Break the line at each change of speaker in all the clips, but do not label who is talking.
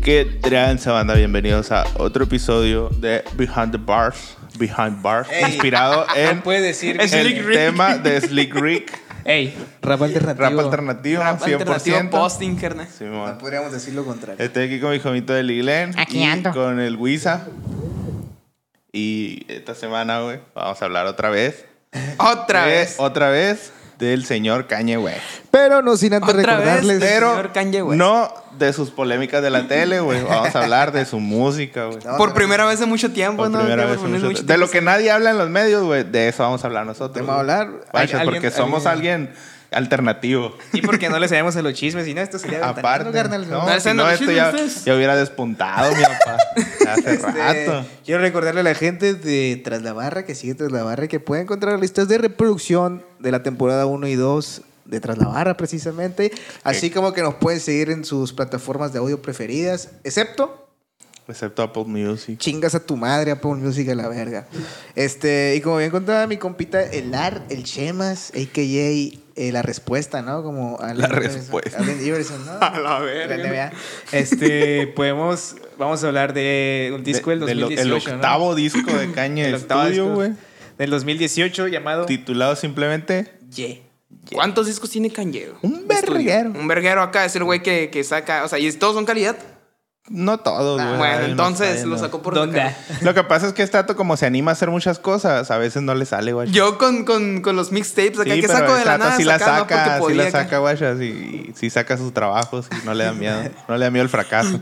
¿Qué tranza, banda? Bienvenidos a otro episodio de Behind Bars, inspirado en
no puede decir
el tema de Slick Rick.
Ey, rap alternativo.
Rap alternativo, 100%.
Posting, carnal.
Sí,
No podríamos decir lo contrario.
estoy aquí con mi jomito de Liglen.
Aquí
y
ando.
con el Wisa. Y esta semana, güey, vamos a hablar otra vez. Otra vez del señor Kanye West.
Pero no sin antes
Otra vez,
recordarles.
Pero
señor Kanye West.
no de sus polémicas de la tele, güey. Vamos a hablar de su música, güey.
Por primera vez en mucho tiempo,
Por
¿no?
primera
Por
vez en
poner
mucho-
mucho
de lo
tiempo.
que nadie habla en los medios, güey, de eso vamos a hablar nosotros.
Vamos a hablar.
Guacha,
Alguien-
porque somos alguien alternativo.
Y porque no le sabemos a los chismes, y no, esto sería
Aparte,
carnal.
no,
No,
si
ese
no,
no,
esto
sí,
ya,
ustedes.
ya hubiera despuntado, mi papá. Hace rato.
Quiero recordarle a la gente de Tras la Barra, que sigue Tras la Barra, que puede encontrar listas de reproducción de la temporada 1 y 2 de Tras la Barra, precisamente. Así como que nos pueden seguir en sus plataformas de audio preferidas, excepto
Excepto Apple Music.
chingas a tu madre, Apple Music a la verga. Y como bien contaba mi compita, el Chemas, a.k.a. La Respuesta, ¿no? Como
La Respuesta.
Allen Iverson, ¿no?
A la verga.
La NBA. Vamos a hablar de un disco del 2018,
el octavo disco de Kanye
El octavo
Studio,
disco
güey.
del 2018 llamado
Titulado simplemente
Yeah.
¿Cuántos discos tiene Kanye?
Un
De estudio?
verguero.
Un verguero acá, es el güey que saca, o sea, y todos son calidad.
No todos, güey.
Bueno,
Hay unos
entonces
ahí,
lo
¿no?
sacó por
¿Dónde?
acá.
Lo que pasa es que este dato, como se anima a hacer muchas cosas, a veces no le sale, güey.
Yo con los mixtapes acá
Sí,
que
pero
saco de
el
la
Tata
nada,
sí la
sacando
saca,
porque
sí
podía
la
acá.
saca, guachas, y sí saca sus trabajos y no le da miedo. No le da miedo el fracaso.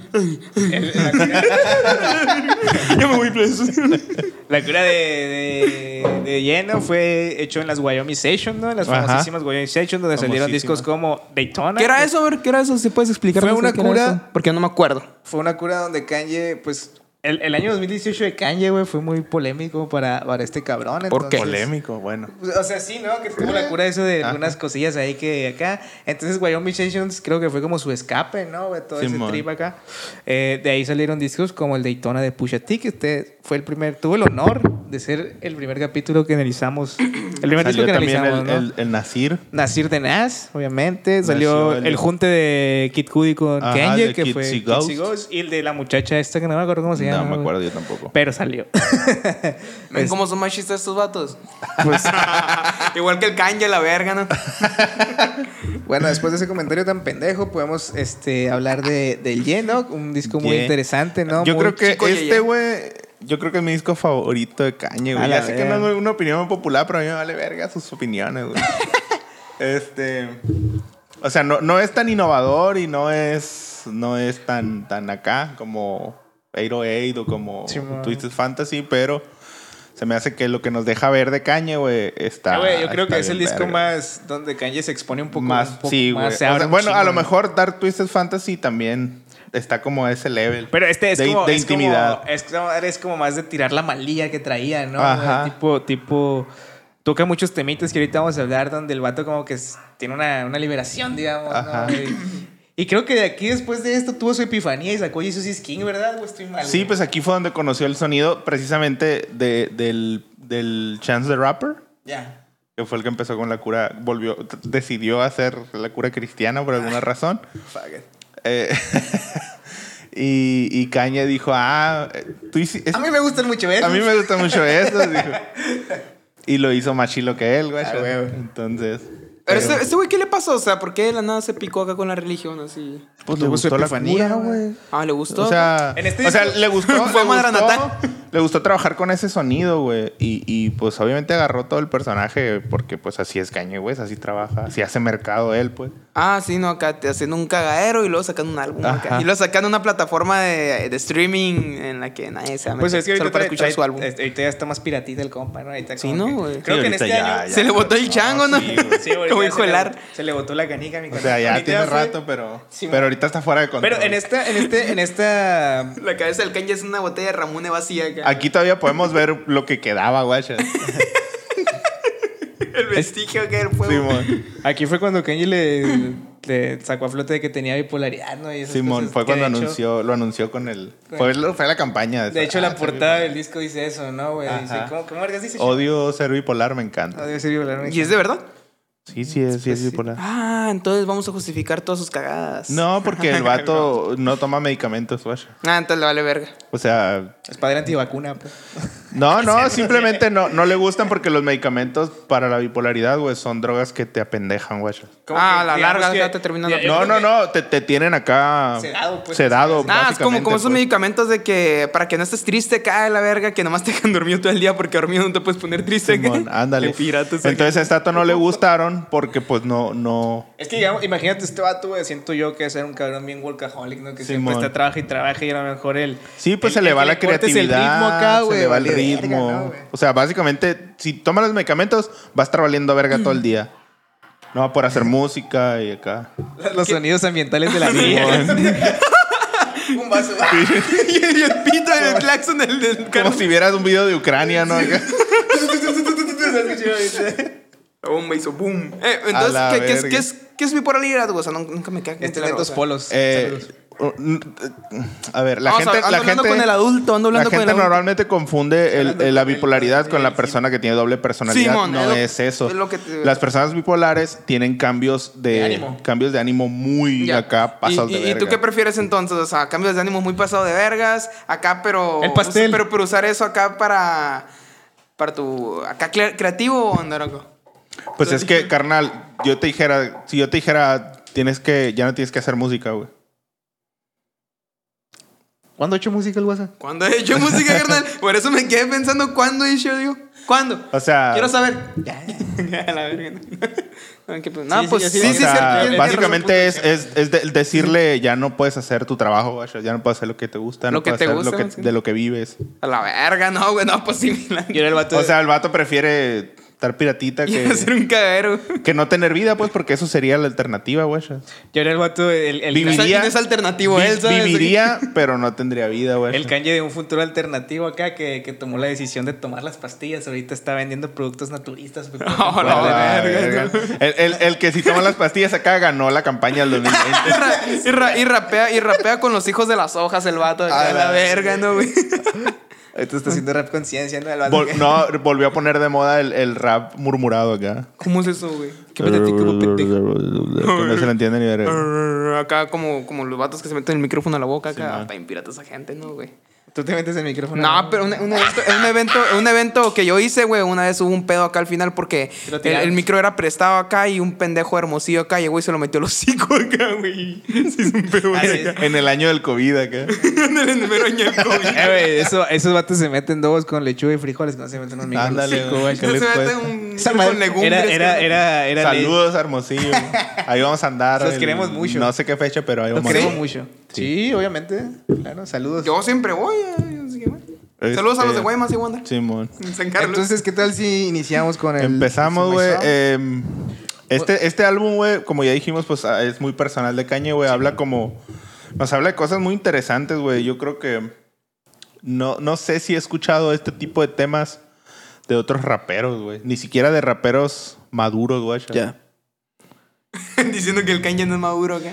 Yo me voy preso.
La cura de lleno fue hecho en las Wyoming Sessions, ¿no? En las
Ajá.
famosísimas Wyoming Sessions, donde salieron
Famosísimas.
discos como Daytona.
¿Qué era eso? A ver, ¿qué era eso? ¿Se puedes explicar?
Fue una
qué era
cura-
eso? Porque no me acuerdo.
Fue una cura donde Kanye, pues... El año 2018 de Kanye, güey, fue muy polémico para este cabrón.
¿Por qué?
entonces-
Polémico, bueno.
Pues, o sea, sí, ¿no? Que tuvo la cura eso de algunas cosillas ahí que acá. Entonces, Wyoming Sessions creo que fue como su escape, ¿no? Güey, todo ese
Simón.
trip acá. De ahí salieron discos como el Daytona de Pusha T, que tuvo el honor de ser el primer capítulo que analizamos. El primer disco
Salió
que
también
analizamos, ¿no?
el Nasir.
Nasir de Nas, obviamente.
Nació
Salió el junte de Kid Cudi con
Ajá,
Kanye,
de
que
Kids
fue
y
Kids
Ghost.
y Ghost. Y el de la muchacha esta que no me acuerdo cómo se llama.
No me
güey.
acuerdo yo tampoco.
Pero salió.
¿Ven cómo son machistas estos vatos?
Pues,
Igual que el Kanye, la verga, ¿no?
bueno, después de ese comentario tan pendejo, podemos hablar del Ye, ¿no? Un disco muy
Ye.
interesante, ¿no?
Yo
Muy
creo que
chico Ye.
güey, yo creo que es mi disco favorito de Kanye,
A
güey.
la
Ya sé que
verga.
no es una opinión muy popular, pero a mí me vale verga sus opiniones, güey. O sea, no es tan innovador y no es tan acá como 808 o como
Simón.
Twisted Fantasy, pero se me hace que lo que nos deja ver de Kanye, güey, está.
Yo creo
está
que es el
bien
disco
verga.
más donde Kanye se expone un poco
Más,
un poco
sí, güey.
más.
O
se abre
sea,
un
bueno, a
chingo,
lo
¿no?
mejor Dark Twisted Fantasy también está como a ese level.
Pero es
de intimidad.
Es como más de tirar la malilla que traía, ¿no?
Ajá.
Tipo toca muchos temitas que ahorita vamos a hablar donde el vato como que tiene una liberación, digamos,
Ajá.
¿no? Y creo que de aquí después de esto tuvo su epifanía y sacó Jesus is King, ¿verdad? ¿O estoy mal?
Sí,
güey?
pues aquí fue donde conoció el sonido precisamente del Chance the Rapper,
Ya.
que fue el que empezó con la cura, decidió hacer la cura cristiana por alguna razón.
Fuck it.
Y Kanye dijo, tú hiciste...
A mí me gustan mucho eso.
A mí me gusta mucho eso, dijo. Y lo hizo más chilo que él, güey.
Ah, güey.
Entonces...
Pero este güey, ¿qué le pasó? O sea, ¿por qué de la nada se picó acá con la religión así?
Pues
Tuvo su epifanía,
güey.
Ah, ¿le gustó?
O sea,
En este
o sea,
disco-
le gustó,
Fue a Maranatá.
le gustó trabajar con ese sonido, güey. Y pues obviamente agarró todo el personaje porque pues así es Kanye West, así trabaja, así hace mercado él, pues.
Ah, sí, no, acá te hacen un cagadero y luego sacan un álbum acá.
Ajá.
Y luego sacan una plataforma de streaming en la que nadie se va a meter.
Pues es que
solo
ahorita,
para escuchar su álbum.
ahorita ya está más piratita el compa, ¿no? Ahorita
Sí,
como
¿no,
que-
güey?
Creo
Sí,
que en
ahorita
este
ya-
año...
ya.
Se le botó el chango, ¿no?
sí, güey.
Sí, güey,
Como
ya
hijo del ar.
se le botó la canica, mi
O sea, ya
Ahorita
tiene
fue-
rato, pero
Sí,
pero ahorita está fuera de control.
Pero en esta...
La cabeza del Kanye es una botella de Ramune vacía acá.
Aquí todavía podemos ver lo que quedaba, güey.
El vestigio que era el fuego.
Simón.
Aquí fue cuando Kanye le sacó a flote de que tenía bipolaridad, ¿no? Y esas
Simón,
cosas
fue
que
cuando
de hecho-
lo anunció con el... Fue la campaña.
De hecho, la portada del disco dice eso, ¿no, güey? Dice,
Ajá.
¿cómo vergas dice?
Odio ser bipolar, me encanta.
Odio ser bipolar.
¿Y es de verdad?
Sí es bipolar.
Ah, entonces vamos a justificar todas sus cagadas.
No, porque el vato no toma medicamentos, güey.
Ah, entonces le vale verga.
O sea,
Es padre antivacuna, pues.
no, simplemente no le gustan porque los medicamentos para la bipolaridad, güey, son drogas que te apendejan, güey.
A la larga ya te terminan.
No, te tienen acá
Sedado, pues.
sedado,
Ah, es como esos
pues.
medicamentos de que para que no estés triste, cae la verga, que nomás te dejan dormido todo el día porque dormido no te puedes poner triste.
Simón, ándale.
Qué piratas,
Entonces a este vato no le gustaron porque pues no...
Es que digamos, imagínate este vato, güey, siento yo que es ser un cabrón bien workaholic, ¿no? Que siempre
Simón.
está trabaja y a lo mejor él...
Sí, pues se le va la creatividad,
el ritmo acá, güey.
se le va el
vale
ritmo.
verga, ¿no, güey?
O sea, básicamente, si toma los medicamentos, va a estar valiendo verga todo el día. No va por hacer música y acá.
Los sonidos ambientales de la vida. Un vaso.
y el pito y el claxon del
Como si vieras un video de Ucrania, ¿no? Acá.
boom, me hizo boom.
A la
Entonces, ¿qué es bipolaridad, güey? O sea, nunca me queda
Este de dos polos.
A ver, la
Vamos,
gente...
ando hablando con el adulto, ando
La
hablando con el
gente
adulto.
normalmente confunde la bipolaridad con la persona que tiene doble personalidad.
Simón,
no es eso.
es lo que te-
Las personas bipolares tienen cambios de ánimo muy
Ya.
acá pasados de
¿Y
verga.
tú qué prefieres entonces? O sea, cambios de ánimo muy pasado de vergas, acá, pero...
El pastel.
Pero usar eso acá para tu... Acá creativo o andar acá.
Pues es que, carnal, si yo te dijera, ya no tienes que hacer música, güey.
¿Cuándo ha hecho música el WhatsApp?
¿Cuándo he hecho música, carnal? Por eso me quedé pensando, ¿cuándo he hecho, digo? ¿Cuándo?
O sea...
Quiero saber. Ya, la verga. No,
Sí,
pues
sí,
sí,
sí,
O
sí,
sea,
cierto.
básicamente es decirle ya no puedes hacer tu trabajo, güey, ya no puedes hacer lo que te gusta,
Lo
no
que
puedes
te
hacer
gusta, sí.
de lo que vives.
A la verga, no, güey, no, pues sí.
Yo era el vato.
O sea, el vato prefiere estar piratita
Y hacer un cagadero.
que no tener vida, pues, porque eso sería la alternativa, güey.
yo era el vato. El
Viviría-
No es alternativo él, ¿sabes?
Viviría, pero no tendría vida, güey.
El Kanye de un futuro alternativo acá que tomó la decisión de tomar las pastillas. Ahorita está vendiendo productos naturistas. güey.
No, la verga.
El que si toma las pastillas acá ganó la campaña del 2020.
Y rapea con los hijos de las hojas el vato. A la verga, ¿no, güey?
Ahorita está haciendo rap conciencia, ¿no? El vato que-
No, volvió a poner de moda el rap murmurado acá.
¿Cómo es eso, güey?
¿Qué pendejo, como pendejo?
Que no se le entiende ni verga.
Acá como los vatos que se meten el micrófono a la boca acá.
man.
Para impirar a esa gente, ¿no, güey?
Tú te metes el micrófono.
No, pero un evento que yo hice, güey, una vez hubo un pedo acá al final porque
Te lo tiraron.
el micro era prestado acá y un pendejo hermosillo acá llegó y se lo metió al hocico acá, güey. Se hizo un pedo
Ah, sí.
acá.
En el año del COVID acá.
En el número año de COVID.
Güey, esos vatos se meten dos con lechuga y frijoles, que no se meten un micrófono.
Ándale,
Hocico, güey.
¿qué
No
les
se
cuesta?
mete un
Esa
con
madre
legumbres.
era
Saludos, Hermosillo. Ahí vamos a andar.
Los queremos mucho.
No sé qué fecha, pero ahí
Los
vamos a
queremos
andar.
mucho. Sí, obviamente. Claro, saludos.
Yo siempre voy. Así que, bueno. Saludos a los de Guaymas y Wanda.
Simón.
En San Carlos.
Entonces, ¿qué tal si iniciamos con el...
Empezamos, güey.
Summer Song?
Este álbum, güey, como ya dijimos, pues es muy personal de Kanye, güey. Nos habla de cosas muy interesantes, güey. Yo creo que no sé si he escuchado este tipo de temas de otros raperos, güey. Ni siquiera de raperos maduros, güey.
Ya.
Diciendo que el caña no es maduro acá.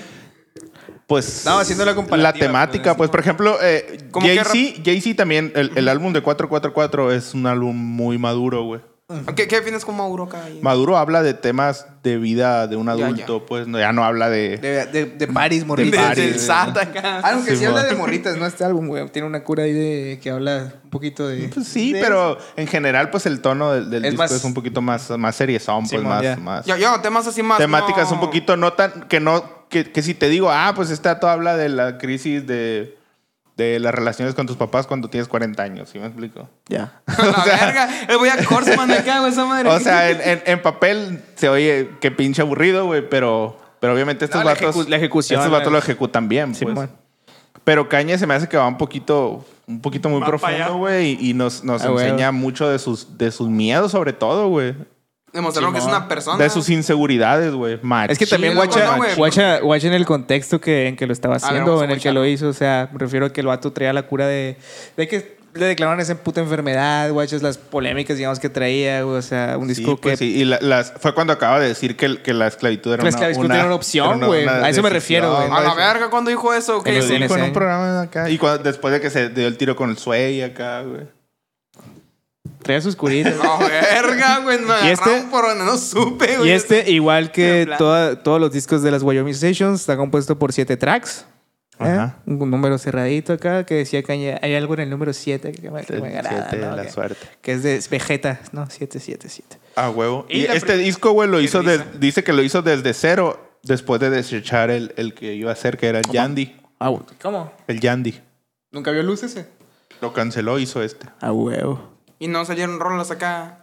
Pues
No, haciendo la comparativa,
la temática, pues por ejemplo,
¿Cómo que
Jay-Z también, el álbum de 444 es un álbum muy maduro, güey.
¿Qué defines como maduro acá?
Maduro habla de temas de vida de un
Ya,
adulto, pues ya no habla de...
De Paris, morritas.
Paris,
Del
güey.
SAT acá.
Aunque sí
Sí,
habla
mo.
de morritas, ¿no? Este álbum, güey. Tiene una cura ahí de que habla un poquito de...
Pues sí,
de-
pero en general, pues el tono del
Es
disco
más-
es un poquito más seriezón, pues
Simón, ya.
más...
Yo, temas así más.
Temáticas
no-
un poquito no tan... Que si te digo, pues este dato habla de la crisis de las relaciones con tus papás cuando tienes 40 años, ¿sí me explico?
Ya.
La verga. Voy a Horseman de acá, güey, esa madre.
O sea, en papel se oye que pinche aburrido, güey, pero obviamente estos
No, la
vatos...
la ejecución.
Estos vatos lo ejecutan bien, pues.
Simón.
Pero Kanye se me hace que va un poquito muy
Va para allá.
profundo, güey, y nos enseña mucho de sus miedos, sobre todo, güey.
Demostraron que es una persona.
De sus inseguridades, güey.
Es que también
Sí, no, güey.
guacha en el contexto en que lo estaba
ver,
haciendo,
vamos a
en el que
guacharlo.
lo hizo. O sea, me refiero a que el vato traía la cura de que le declararon esa puta enfermedad, guachas, las polémicas, digamos, que traía, güey. O sea, un disco
Sí, pues
que...
sí. Y fue cuando acaba de decir que la esclavitud era
La esclavitud era una opción, güey. A eso me refiero, güey.
A la verga, ¿cuándo dijo eso? ¿Qué?
En
Lo
el
dijo en
ese
un programa acá. Y después de que se dio el tiro con el Sway acá, güey.
Traía sus curitas.
No, verga, güey. Me
¿Y este?
agarraron por donde no supe, güey.
Y igual que
En plan.
todos los discos de las Wyoming Sessions, está compuesto por 7 tracks.
Ajá.
Un número cerradito acá que decía que hay algo en el número 7 que me agrada.
7
¿no?
la
que,
suerte.
que es de Vegeta, ¿no? 777.
Ah, huevo.
Y
Y
la
este disco, güey, lo
Qué
hizo
risa.
dice que lo hizo desde cero después de desechar el que iba a hacer, que era el Yandy.
¿Cómo?
El Yandy.
¿Nunca vio luz ese?
Lo canceló, hizo este.
A huevo.
Y no salieron rolas acá.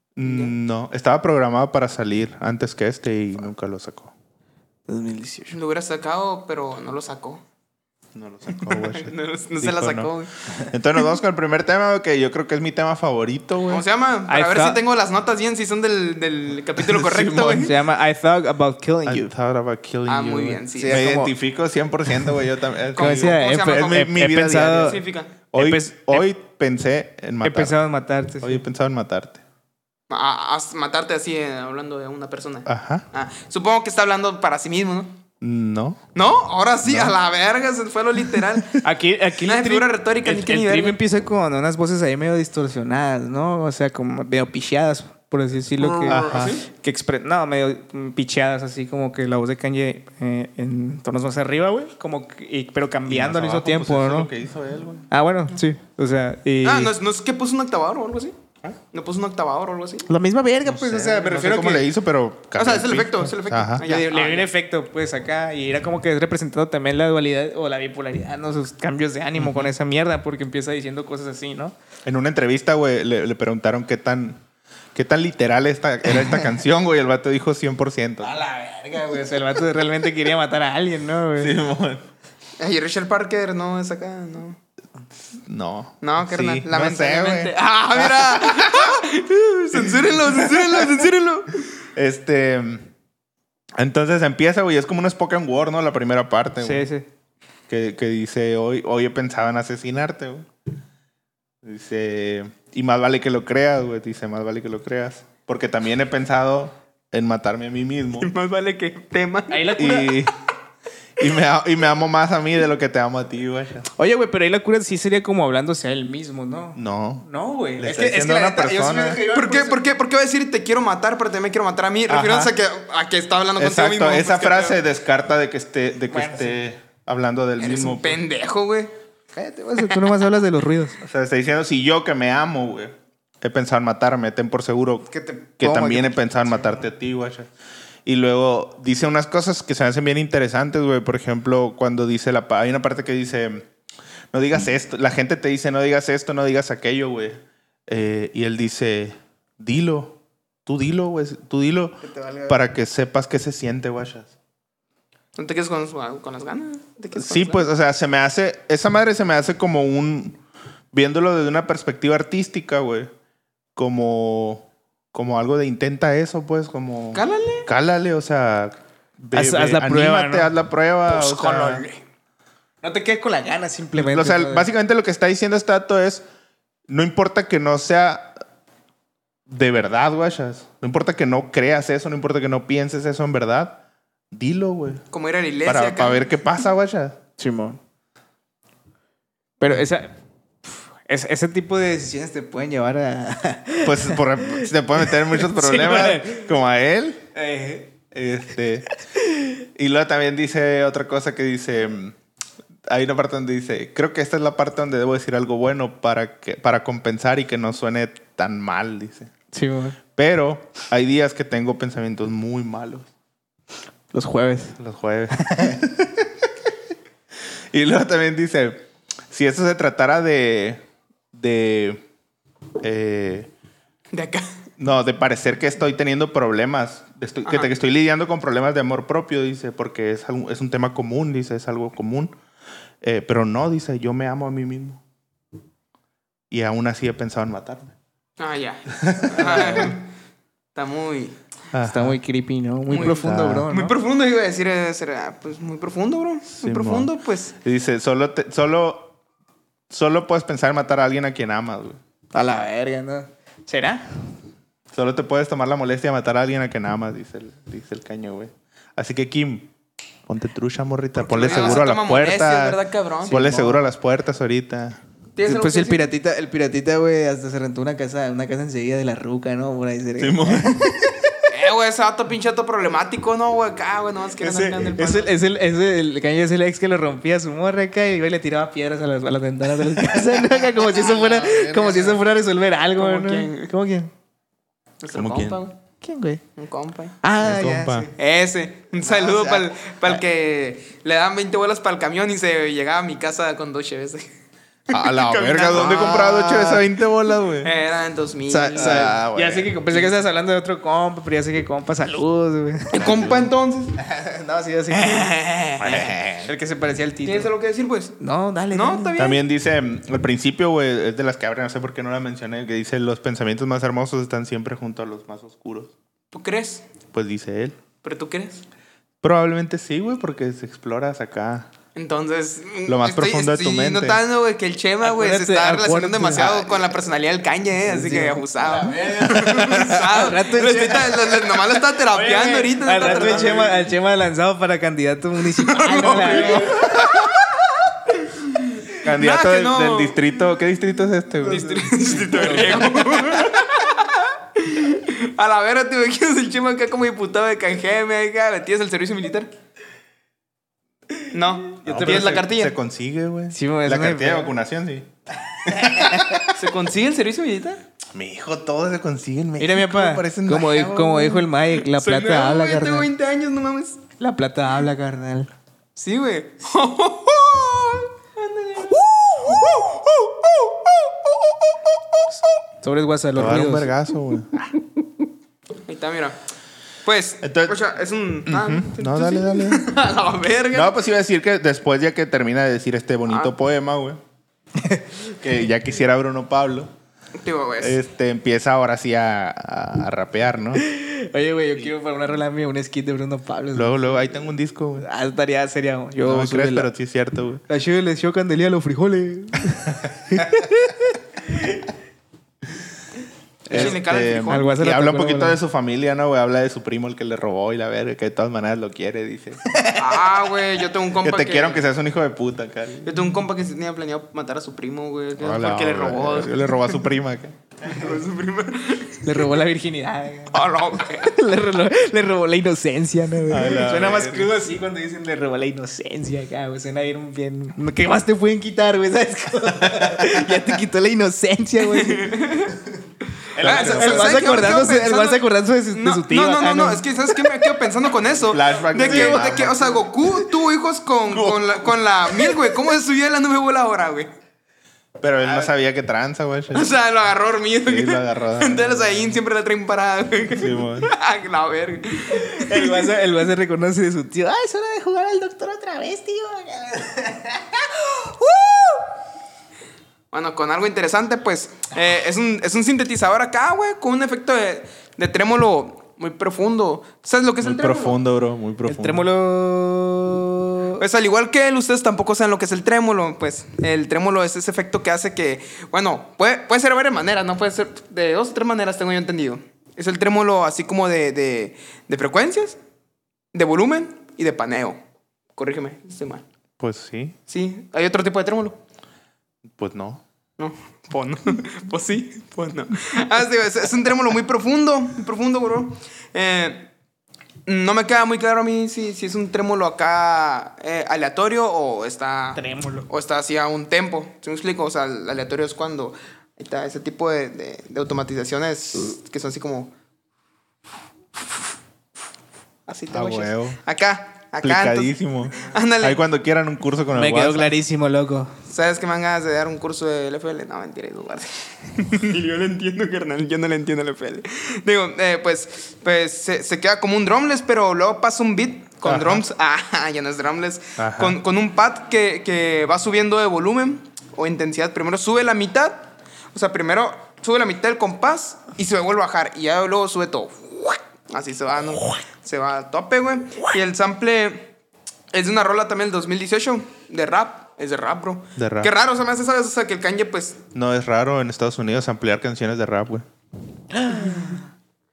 No, estaba programado para salir antes que este y nunca lo sacó.
2018.
Lo hubiera sacado, pero no lo sacó.
No lo sacó, güey.
No se
Dijo
la
no.
sacó, güey.
Entonces nos vamos con el primer tema, güey, que yo creo que es mi tema favorito, güey.
¿Cómo se llama? Para
I
ver
thought-
si tengo las notas bien, si son del capítulo correcto,
Simón.
güey.
Se llama I Thought About Killing
I
You.
thought about killing
Ah,
you,
muy
güey.
bien, sí.
Sí,
Me
es como-
identifico 100%, güey. Yo también.
¿Cómo
Es
se llama?
mi
he
vida
pensado-
¿Qué
diaria.
significa?
Hoy pensé en
He
matarte.
pensado en matarte. sí.
Hoy he pensado en matarte.
Matarte así, hablando de una persona.
Ajá.
Ah, supongo que está hablando para sí mismo, ¿no?
No.
¿No? Ahora sí, a la verga, se fue lo literal.
Aquí
Una
el
figura
trip-
retórica, ni
el,
qué
el
ni
trip
verga.
empieza con unas voces ahí medio distorsionadas, ¿no? O sea, como medio picheadas, por así decirlo. Que,
Ajá.
no, medio picheadas, así como que la voz de Kanye en tonos más arriba, güey. Como pero cambiando al mismo tiempo,
pues, eso es
¿no?
lo que hizo él, güey.
Ah, bueno, sí. O sea, y...
Ah, ¿no es que puso un octavador o algo así? ¿No puso un octavador o algo así?
La misma verga, pues,
No
o sea,
sé,
me
no sé
refiero a
cómo
que...
le hizo, pero...
O sea, es el efecto, es el efecto.
Ajá.
Ah, ya.
Le dio un
ya.
efecto, pues, acá. Y era como que representando también la dualidad o la bipolaridad, ¿no? Sus cambios de ánimo con esa mierda, porque empieza diciendo cosas así, ¿no?
En una entrevista, güey, le preguntaron qué tan literal era esta canción, güey. El vato dijo 100%.
A la verga, güey. O sea, el vato realmente quería matar a alguien, ¿no, güey?
Simón.
Y Richard Parker no es acá, no.
No.
No, carnal.
Sí,
lamentablemente.
No sé, güey.
¡Ah, mira! Censúrenlo.
Entonces empieza, güey. Es como un spoken word, ¿no? La primera parte, güey.
Sí, sí.
Que dice, hoy he pensado en asesinarte, güey. Dice, y más vale que lo creas, güey. Dice, más vale que lo creas. Porque también he pensado en matarme a mí mismo.
Más vale que tema.
Ahí la cura...
Y me amo más a mí de lo que te amo a ti, güey.
Oye, güey, pero ahí la cura sí sería como hablándose a él mismo, ¿no?
No.
No, güey.
Le está diciendo a
la
una
neta, yo sí me
persona.
dejé llevar
¿Por qué?
eso.
¿Por qué va a decir te quiero matar, pero también me quiero matar a mí?
Ajá.
Refiriéndose a que está hablando contigo
Exacto.
mismo.
Esa
Pues,
frase
¿qué pedo?
descarta de que esté
Bueno,
hablando del
Eres
mismo.
un pendejo, güey.
Cállate, güey. Tú nomás hablas de los ruidos.
O sea, está diciendo, si yo que me amo, güey, he pensado en matarme, ten por seguro
Que te
que
toma,
también
que-
he pensado en matarte a ti, güey. Y luego dice unas cosas que se me hacen bien interesantes, güey. Por ejemplo, cuando dice hay una parte que dice, no digas esto. La gente te dice, no digas esto, no digas aquello, güey. Y él dice, dilo. Tú dilo, güey. Tú dilo
te valga.
para que sepas qué se siente, güey.
¿No te quedas con las ganas? ¿Te quedas con
Sí,
las
pues, o sea, esa madre se me hace como viéndolo desde una perspectiva artística, güey. Como algo de intenta eso, pues, como... Cálale, o sea...
Haz la prueba,
anímate,
¿no?
haz la prueba.
Pues,
o sea,
jálale.
No te quedes con la gana, simplemente.
o sea,
¿no?
básicamente lo que está diciendo este dato es, no importa que no sea de verdad, guachas. No importa que no creas eso, no importa que no pienses eso en verdad. Dilo, güey.
Como ir a la iglesia.
Para
acá.
ver qué pasa, guachas.
Simón. Pero ese tipo de decisiones te pueden llevar a...
Pues se puede meter en muchos problemas,
güey.
como a él. Y luego también dice otra cosa que dice... Hay una parte donde dice... Creo que esta es la parte donde debo decir algo bueno para compensar y que no suene tan mal, dice.
Simón.
Pero hay días que tengo pensamientos muy malos.
Los jueves.
Los jueves. Y luego también dice... Si eso se tratara de
acá.
No, de parecer que estoy teniendo problemas, que estoy lidiando con problemas de amor propio, dice, porque es un tema común, dice, es algo común. Pero no, dice, yo me amo a mí mismo. Y aún así he pensado en matarme.
Ah, ya. Está muy...
Está muy creepy, ¿no? Muy
Muy-
profundo, bro, ¿no?
Muy profundo, iba a decir. Pues muy profundo, bro. Muy
Simón.
profundo, pues.
Y dice, solo puedes pensar en matar a alguien a quien amas, güey.
A la verga, ¿no? ¿Será?
Solo te puedes tomar la molestia de matar a alguien a quien amas, dice el caño, güey. Así que, Kim, ponte trucha, morrita. Ponle
luego
seguro a
se
las
toma molestias,
puertas.
¿verdad, cabrón?
Ponle
Simón.
seguro a las puertas ahorita.
¿Tienes algo
Pues
que
el piratita, güey, hasta se rentó una casa enseguida de la ruca, ¿no? Por ahí cerca.
Simón.
Güey, ese vato pinche vato problemático, ¿no, güey? Acá, güey, no, es que
El Kanye es el ex que lo rompía a su morra acá y güey, le tiraba piedras a las ventanas de las casas, ¿no? Acá, como si eso fuera a resolver algo,
¿Cómo
¿no?
quién?
¿Cómo quién?
Nuestro
¿Cómo
compa,
quién?
güey.
¿Quién, güey?
Un compa.
Ah,
El
ya,
compa.
sí.
Ese. Un saludo
o sea,
para el que le daban 20 bolas para el camión y se llegaba a mi casa con 2 cheves.
A la verga,
Caminando.
¿dónde he comprado 8 veces a 20 bolas, güey?
Era en 2000.
Ya
güey.
sé que pensé que estabas hablando de otro compa, pero ya sé que compa, saludos, güey.
¿El compa entonces?
No, sí, así. El que se parecía al Tito.
¿Tienes algo que decir, pues?
No, dale.
No,
dale.
está bien.
También dice, al principio, güey, es de las que abren, no sé por qué no la mencioné, que dice, los pensamientos más hermosos están siempre junto a los más oscuros.
¿Tú crees?
Pues dice él.
¿Pero tú crees?
Probablemente sí, güey, porque se exploras acá.
Entonces,
Lo más profundo de tu
estoy
mente.
notando, güey, que el Chema, güey, se está relacionando
acuérdate.
demasiado con la personalidad del Kanye, así que abusado.
Al rato el Chema-
Nomás lo está terapeando
Oye,
ahorita.
al rato el Chema lanzado para candidato municipal. ¿no?
Candidato
Nada, que no.
del distrito. ¿Qué distrito es este, güey?
Distrito de Riego. A la vera, te imaginas el Chema acá como diputado de Cangeme, acá, ¿metías el servicio militar? No,
No,
¿te
pero
pides la
se-
cartilla?
Se consigue, güey.
Sí, güey,
La
es muy
cartilla de
feo.
vacunación, sí.
¿Se consigue el servicio militar?
Mi hijo, todo se consigue en México.
Mira, mi papá,
parecen
como
nuevos,
dijo el Mike, la
Soy
plata
nuevo,
habla,
güey, tengo
carnal.
20 años, no mames.
La plata habla, carnal.
Sí, güey.
Sobres WhatsApp,
Te
los
va a dar un
ruidos.
vergazo, güey.
Ahí está, mira. Pues,
Entonces-
ocha, es un...
No, dale, dale.
A la verga.
No, pues iba a decir que después ya que termina de decir este bonito poema, güey. Que ya quisiera Bruno Pablo.
Digo, güey.
Empieza ahora sí a rapear, ¿no?
Oye, güey, yo quiero para una rola mía un skit de Bruno Pablo.
Luego, ahí tengo un disco, güey.
Ah, estaría seria. Yo
No me
sube
crees,
la-
pero sí es cierto, güey.
La chile les dio candelilla a los frijoles.
Échenle cara al frijol.
Al WhatsApp
Y
le
habla un
tocó,
poquito
güey.
de su familia, ¿no, güey? Habla de su primo, el que le robó y la verga, que de todas maneras lo quiere, dice.
Ah, güey, yo tengo un
Que
compa
te quiero aunque seas un hijo de puta, cara.
Yo tengo un compa que se tenía planeado matar a su primo, güey.
Hola,
Porque le robó.
güey. Le robó a su prima, acá.
Le robó la virginidad.
A la verga.
le robó la inocencia, ¿no, güey?
A la
Suena más
verga.
crudo así cuando dicen le robó la inocencia acá, güey. Suena bien. ¿Qué más te pueden quitar, güey? ¿Sabes cómo? Ya te quitó la inocencia, güey. El vas acordándose de su tío. acá,
No, es que ¿sabes qué me quedo pensando con eso?
Flashback
De
de
que,
Vietnam.
de que, o sea, Goku tuvo hijos con la Mil, güey. ¿Cómo se subió a la nube voladora, güey?
Pero él no sabía que tranza, güey.
O sea, lo agarró dormido.
Sí, lo agarró.
Entonces los Saiyajin siempre la traen parada, güey.
Sí, mon.
La verga.
El vas reconoce de su tío. Ay, es hora de jugar al doctor otra vez, tío.
Bueno, con algo interesante, pues, es un sintetizador acá, güey, con un efecto de trémolo muy profundo. ¿Sabes lo que es
Muy
el trémolo?
profundo, bro. Muy profundo.
El trémolo.
Pues al igual que él, ustedes tampoco saben lo que es el trémolo. Pues el trémolo es ese efecto que hace que, bueno, puede ser de varias maneras, ¿no? Puede ser de 2 o 3 maneras, tengo yo entendido. Es el trémolo así como de frecuencias, de volumen y de paneo. Corrígeme, estoy mal.
Pues sí.
Sí, hay otro tipo de trémolo.
Pues no.
No, pues no. Pues sí, pues no. Sí, es un trémolo muy profundo, bro. No me queda muy claro a mí si es un trémolo acá aleatorio o está...
Trémolo.
O está así a un tempo. ¿Sí me explico? O sea, el aleatorio es cuando está ese tipo de automatizaciones que son así como... Así te
A
guachas.
huevo.
Acá.
Explicadísimo.
Ándale.
Ahí cuando quieran un curso con el
Me quedó
WhatsApp.
clarísimo, loco.
¿Sabes que me dan ganas de dar un curso de LFL? No, mentira, y lugar. Ni yo lo entiendo, carnal. Yo no le entiendo el LFL. Digo, pues se queda como un drumless, pero luego pasa un beat con
Ajá.
drums. Ah, ya no es drumless.
Ajá.
Con un pad que va subiendo de volumen o intensidad. Primero sube la mitad. O sea, primero sube la mitad del compás y se vuelve a bajar. Y ya luego sube todo. Así se va, ¿no? Se va a tope, güey. Y el sample es de una rola también del 2018 de rap. Es de rap, bro.
De rap.
Qué raro, o sea, me hace, ¿sabes? O sea, que el Kanye, pues...
No es raro en Estados Unidos ampliar canciones de rap, güey.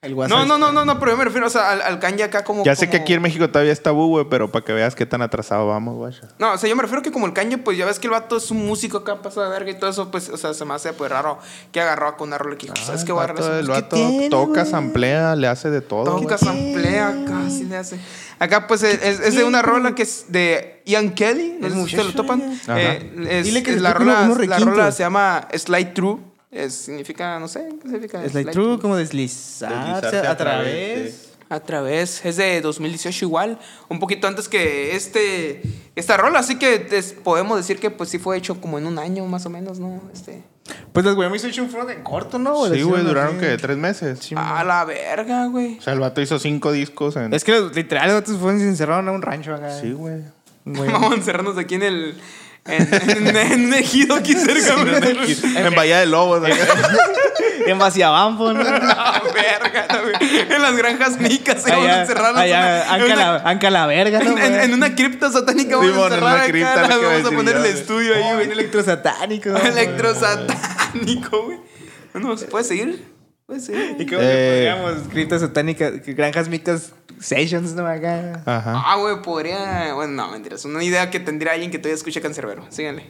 El WhatsApp.
No, pero yo me refiero, o sea, al Kanye acá como...
Ya sé que
como-
aquí en México todavía está tabú, güey, pero para que veas qué tan atrasado vamos, güey.
No, o sea, yo me refiero que como el Kanye, pues ya ves que el vato es un músico acá, pasa de verga y todo eso, pues, o sea, se me hace pues raro que agarró con una rola que dijo, ¿sabes qué? Voy a agarrar eso.
El
¿Qué
vato
tiene,
toca,
güey?
samplea, le hace de todo.
Toca,
güey.
samplea, acá, sí le hace. Acá, pues, es de una rola que es de Ian Kelly, no sé si te lo topan.
Ajá.
Dile que
es
le
la
toque
rola,
unos
la
requintos.
rola se llama Slide Through. Significa, no sé, ¿qué significa?
Es like true, como deslizarse a través.
A través, es de 2018 igual, un poquito antes que esta rola, así que podemos decir que pues sí fue hecho como en un año más o menos, ¿no?
Pues los güeyes hicieron fueron en corto, ¿no?
Sí, güey, duraron que 3 meses.
A la verga, güey.
O sea, el vato hizo 5 discos en...
Es que literal los otros fueron y se encerraron a un rancho acá.
Sí, güey.
Vamos a encerrarnos aquí en un ejido aquí cerca, güey.
En Bahía de Lobos.
En Vaciabampo, ¿no?
No, verga, no, güey. En las granjas nicas, se vamos a encerrarnos.
Anca la verga, ¿no?
En una cripta satánica vamos
Simón,
a
en
encerrar
una
acá,
cripta, lo que iba a
vamos a
decir
poner
yo,
el
güey.
estudio ahí,
Un
güey.
electrosatánico.
Electrosatánico, güey. Bueno, ¿puedes seguir? ¿Puedes seguir?
¿Y cómo le podríamos? Cripta satánica, granjas micas sessions, ¿no? Acá.
Ajá.
Ah, güey, podría... Bueno, no, mentiras. Una idea que tendría alguien que todavía escucha Cancerbero. Síganle.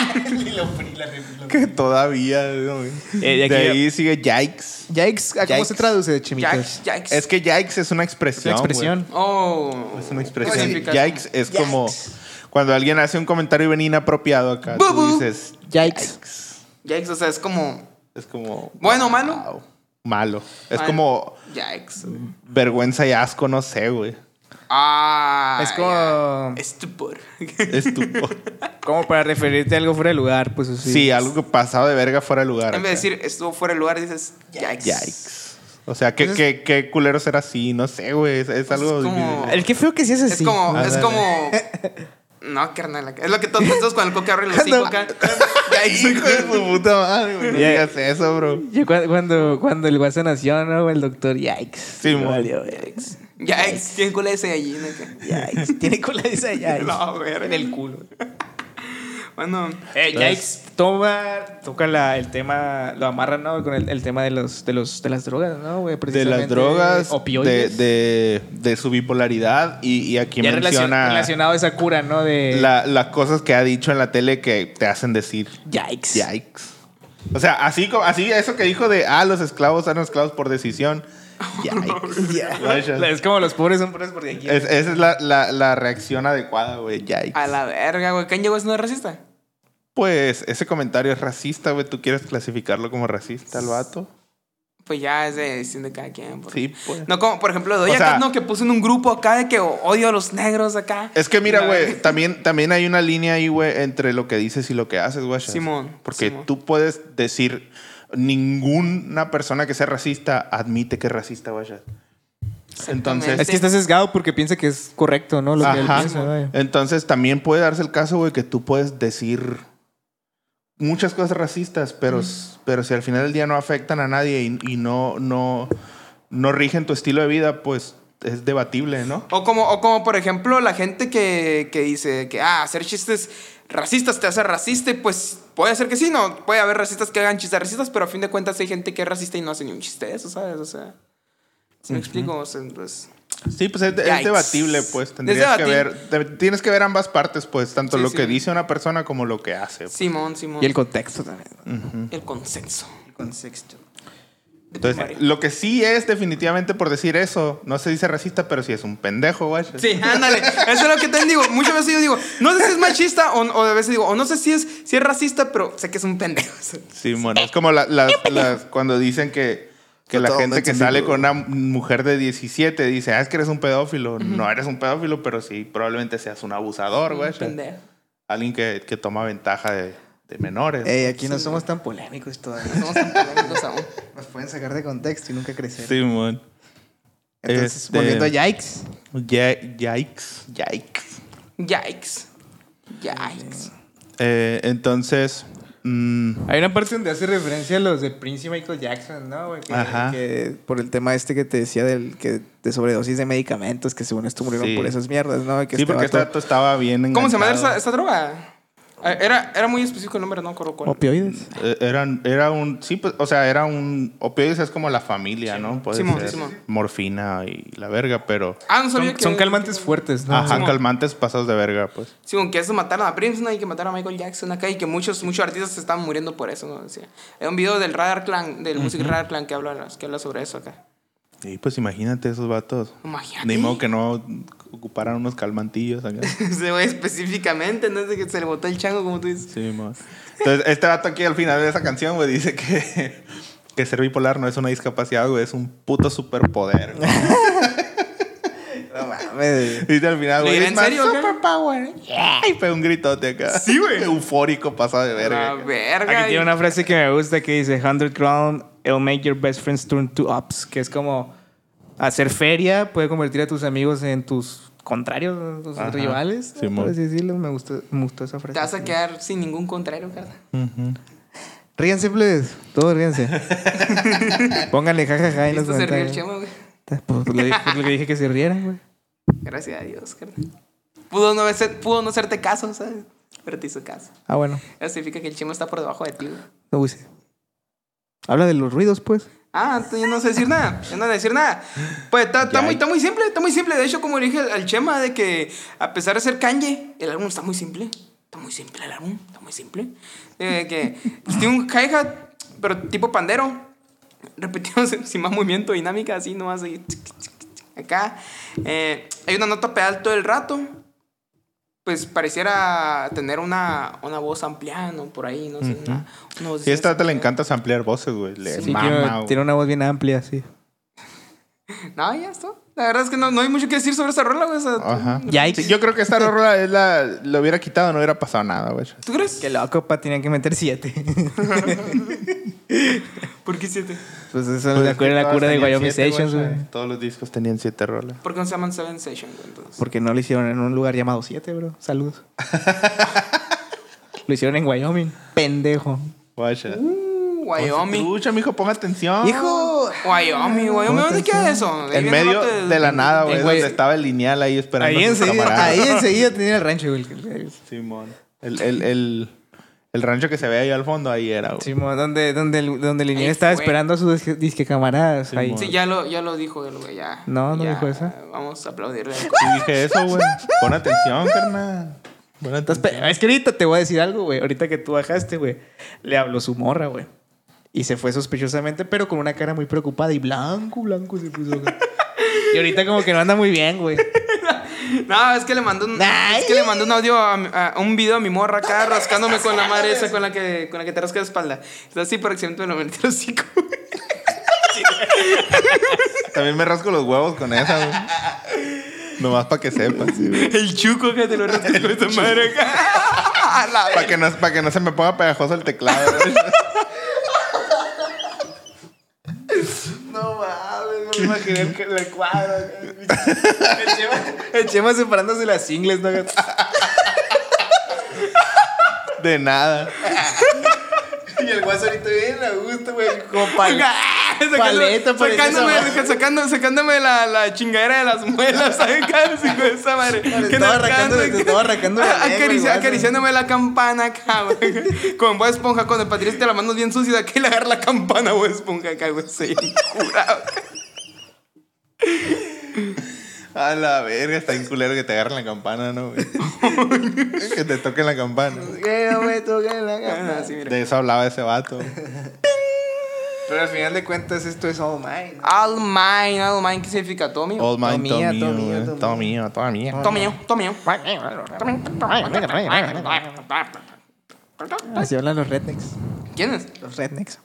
Que todavía, güey.
de aquí-
De ahí sigue Yikes.
Yikes, ¿a cómo
Yikes.
se traduce, chimitos?
Yikes.
Es que Yikes es una expresión.
Una expresión.
Oh.
Güey. Es una
¿Qué
expresión.
significa?
Yikes es como cuando alguien hace un comentario bien inapropiado acá. Tú
Bubu.
dices
Yikes.
Yikes, o sea, es como...
Es como.
¿Bueno o malo?
wow, malo. Es
Malo.
como
Yikes.
vergüenza y asco, no sé, güey.
Ah.
Es como-
ya. Estupor.
Estúpido.
Como para referirte a algo fuera de lugar, pues así.
Sí, algo que pasado de verga fuera de lugar.
En vez de
acá.
decir estuvo fuera de lugar, dices yikes.
Yikes. O sea, qué culero ser así, no sé, güey. Es algo
como-
difícil.
El que feo que sí es
Es
así.
como,
Ah,
es
dale.
como. No, carnal. Es lo que todos pensamos cuando el coque abre los hocico acá. Yikes.
Hijo de su puta madre, güey. No
Ya.
digas eso, bro.
Yo cuando el guasa nació, ¿no? El doctor Yikes.
Sí, mo.
Valió, Yikes.
Yikes. Tiene cola de ese gallina acá.
Yikes. Tiene cola de esa Yikes.
No, verga.
En el culo.
Bueno.
Yikes toca el tema, lo amarra, ¿no? Con el tema de las drogas, ¿no, güey?
De
Precisamente,
las drogas,
opioides.
de su bipolaridad y aquí
Ya
menciona
relacionado a esa cura, ¿no? De
las cosas que ha dicho en la tele que te hacen decir
Yikes.
yikes. O sea, así eso que dijo de los esclavos eran esclavos por decisión. Yikes. Vaya.
Es como los pobres son pobres porque aquí.
Esa es la reacción adecuada, güey. Yikes.
A la verga, güey. ¿Kanye West no es racista?
Pues ese comentario es racista, güey. ¿Tú quieres clasificarlo como racista al vato?
Pues ya es de decisión de cada quien. Porque...
Sí, pues.
No, como por ejemplo Doja
O sea-
Cat, ¿no? Que puso en un grupo acá de que odio a los negros acá.
Es que mira,
La
güey,
verga.
también hay una línea ahí, güey, entre lo que dices y lo que haces, güey.
Simón,
Porque
Simón.
tú puedes decir, ninguna persona que sea racista admite que es racista, güey. Entonces,
Es que está sesgado porque piensa que es correcto, ¿no? Lo que él
ajá.
piensa, güey.
Entonces también puede darse el caso, güey, que tú puedes decir muchas cosas racistas, pero si al final del día no afectan a nadie y no rigen tu estilo de vida, pues es debatible, ¿no?
O como por ejemplo, la gente que dice que hacer chistes racistas te hace racista, y pues puede ser que sí, no. Puede haber racistas que hagan chistes racistas, pero a fin de cuentas hay gente que es racista y no hace ni un chiste de eso, ¿sabes? O sea, ¿sí me explico? O sea, pues,
Sí, pues es
Yikes.
debatible, pues. Tienes que ver ambas partes, pues, tanto
Sí,
lo
sí.
que dice una persona como lo que hace. pues.
Simón.
Y el contexto también.
El consenso.
El contexto.
De tu
Entonces,
Mario.
lo que sí es definitivamente por decir eso, no se dice racista, pero sí es un pendejo, güey.
Sí, ándale. Eso es lo que te digo. Muchas veces yo digo, no sé si es machista o de veces digo, o no sé si es racista, pero sé que es un pendejo.
Sí, bueno, es como cuando dicen que la gente que sale con una mujer de 17 dice, es que eres un pedófilo. No eres un pedófilo, pero sí, probablemente seas un abusador, güey.
Pendejo.
Alguien que toma ventaja de menores.
Ey, aquí no somos tan polémicos todavía.
No somos tan polémicos aún.
Nos pueden sacar de contexto y nunca crecer.
Sí, mon.
Entonces, volviendo a Yikes.
Yikes.
Yikes. Yikes.
Entonces,
Hay una parte donde hace referencia a los de Prince y Michael Jackson, ¿no? Güey?
Ajá.
Que por el tema este que te decía de sobredosis de medicamentos, que según esto murieron
Sí.
por esas mierdas, ¿no? Que
sí, porque este
vato-
dato estaba bien
¿Cómo se llama
enganchado.
esa droga? Era muy específico el nombre, no me acuerdo cuál.
Opioides.
Era un... Sí, pues, o sea, era un... Opioides es como la familia, ¿no? Puede
Simón,
ser
Simón.
morfina y la verga, pero...
No sabía
Son calmantes fuertes, ¿no?
Ajá,
Simón.
calmantes pasados de verga, pues.
Simón, que eso mataron a Prince, ¿no? Y que mataron a Michael Jackson acá y que muchos artistas se estaban muriendo por eso, ¿no? Decía. Hay un video del Radar Clan, del Music Radar Clan que habla sobre eso acá.
Y pues imagínate esos vatos.
Imagínate.
Ni modo que no ocuparan unos calmantillos acá.
Ese güey específicamente, no es de que se le botó el chango, como tú dices.
Sí, mo. Entonces, este vato aquí al final de esa canción, güey, dice que ser bipolar no es una discapacidad, güey, es un puto superpoder. Güey.
No mames.
Dice al final,
¿Lo
güey,
dirá en serio, acá?
superpower. Y pega un gritote acá.
Sí, güey.
Eufórico, pasado de verga.
La verga.
Aquí tiene una frase que me gusta que dice 100 crown, it'll make your best friends turn to ups, que es como hacer feria puede convertir a tus amigos en tus contrarios, tus rivales.
Sí,
por así decirlo, me gustó esa frase.
Te vas a quedar sin ningún contrario, carnal.
Ríanse, please. Todos ríanse. Pónganle jajaja en los
Listo, se ríe el
comentarios.
chema, güey.
Pues le dije que se rieran, güey.
Gracias a Dios, carnal. Pudo no hacerte caso, ¿sabes? Pero te hizo caso.
Ah, bueno.
Eso significa que el chema está por debajo de ti, güey.
No puse. Habla de los ruidos, pues.
Entonces yo no sé decir nada. Yo no sé decir nada. Pues está muy simple, está muy simple. De hecho, como le dije al Chema, de que a pesar de ser Kanye, el álbum está muy simple. Está muy simple el álbum, está muy simple. Que pues, tiene un hi-hat, pero tipo pandero. Repetido sin más movimiento, dinámica, así nomás. Ahí, acá. Hay una nota pedal todo el rato. Pues pareciera tener una voz ampliada, ¿no? Por ahí, no sé. Una voz
Sí, a esta te le encanta ampliar voces, güey. Le
Sí,
mama,
tiene una voz bien amplia, sí.
No, ya está. La verdad es que no hay mucho que decir sobre esa rola, güey. O sea,
Ajá.
Yikes.
Sí, yo creo que esta rola lo hubiera quitado, no hubiera pasado nada, güey.
¿Tú crees?
Qué loco, pa, tenían que meter 7.
¿Por qué 7?
Pues eso es la cura de Wyoming Sessions, güey.
Todos los discos tenían 7 rolas.
¿Por qué no se llaman Seven Sessions, güey? Entonces.
Porque no lo hicieron en un lugar llamado 7, bro. Saludos. Lo hicieron en Wyoming. Pendejo.
Guacha.
Wyoming.
Escucha, mijo, ponga atención.
¡Hijo!
Wyoming, ¿dónde queda eso?
En medio de la nada, güey, donde estaba el lineal ahí esperando
Ahí
a sus
enseguida,
camaradas.
tenía el rancho, güey.
Simón. El rancho que se ve ahí al fondo, ahí era, güey.
Simón, donde el
Ahí
Linier estaba
fue.
esperando a sus disque camaradas. Ahí.
Sí, ya lo dijo el güey, ya.
No
ya,
dijo eso.
Vamos a aplaudirle.
Sí dije eso, güey. Pon atención, carnal. Pon atención.
Es que ahorita te voy a decir algo, güey. Ahorita que tú bajaste, güey. Le habló su morra, güey. Y se fue sospechosamente, pero con una cara muy preocupada. Y blanco se puso. Güey. Y ahorita como que no anda muy bien, güey.
No, es que le mandó un audio, un video a mi morra acá, rascándome con la madre esa con la que te rasca la espalda. Está así por accidente me lo metí el hocico.
También me rasco los huevos con esa, güey. Nomás para que sepas, sí, güey.
El chuco que te lo rascas con esa madre acá.
Para que no se me ponga pegajoso el teclado, güey.
No mames, me imaginé el cuadro. El Chema separándose las ingles, ¿no?
De nada.
Y el guaso ahorita bien a gusto, güey. Como paleta,
sacándome la chingadera de las muelas, ¿sabes? Con esa madre.
Te estaba arrancando la lengua,
acariciándome la campana acá, güey. Con Bob Esponja, con el Patricio, las manos bien sucias, aquí le agarra la campana, Bob Esponja acá, güey. Soy curado.
A la verga, está bien culero que te agarren la campana, ¿no, güey? Que te toquen la campana.
Que no me toquen la campana.
Sí, mira.
De eso hablaba ese vato.
Pero al final de cuentas esto es all mine.
All mine, ¿qué significa? Todo mío.
All mine, todo
mía,
mío,
todo mío,
güey.
todo
Todo mío, todo mío.
Todo mío.
Así hablan los rednecks.
¿Quiénes?
Los rednecks.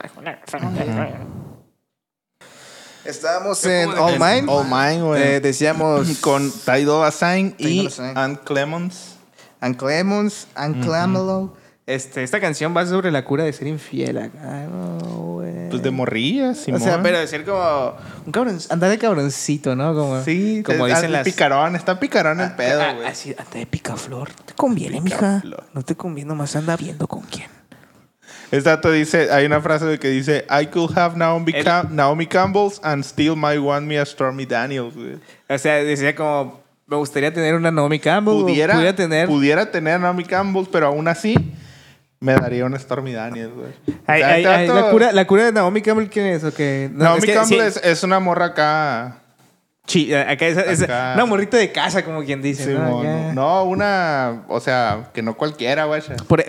Estábamos
¿Cómo
en
de
All
qué?
Mine.
All mine, güey.
Decíamos
Con Ty Dolla $ign
Ty
y
Dolla $ign.
Ann Clemons.
Ann Clemons, Ann Clamelo. Esta canción va sobre la cura de ser infiel acá, güey.
Pues de morrillas, Simón.
O sea, pero de ser como un cabrón, andar de cabroncito, ¿no? Como,
Sí,
como dicen las...
picarón, está picarón el pedo, güey.
Así, anda de picaflor. No te conviene, mija. No te conviene, nomás anda viendo con quién.
Este dato dice, hay una frase güey, que dice, I could have Naomi Campbell's and still might want me a Stormy Daniels, güey.
O sea, decía como, Me gustaría tener una Naomi Campbell. Pudiera tener
a Naomi Campbell, pero aún así me daría una Stormy Daniels, güey.
La cura de Naomi Campbell, ¿quién es? Okay. No,
Naomi Campbell es una morra acá.
Acá es una morrita de casa, como quien dice.
Sí, no, una... O sea, que no cualquiera, güey.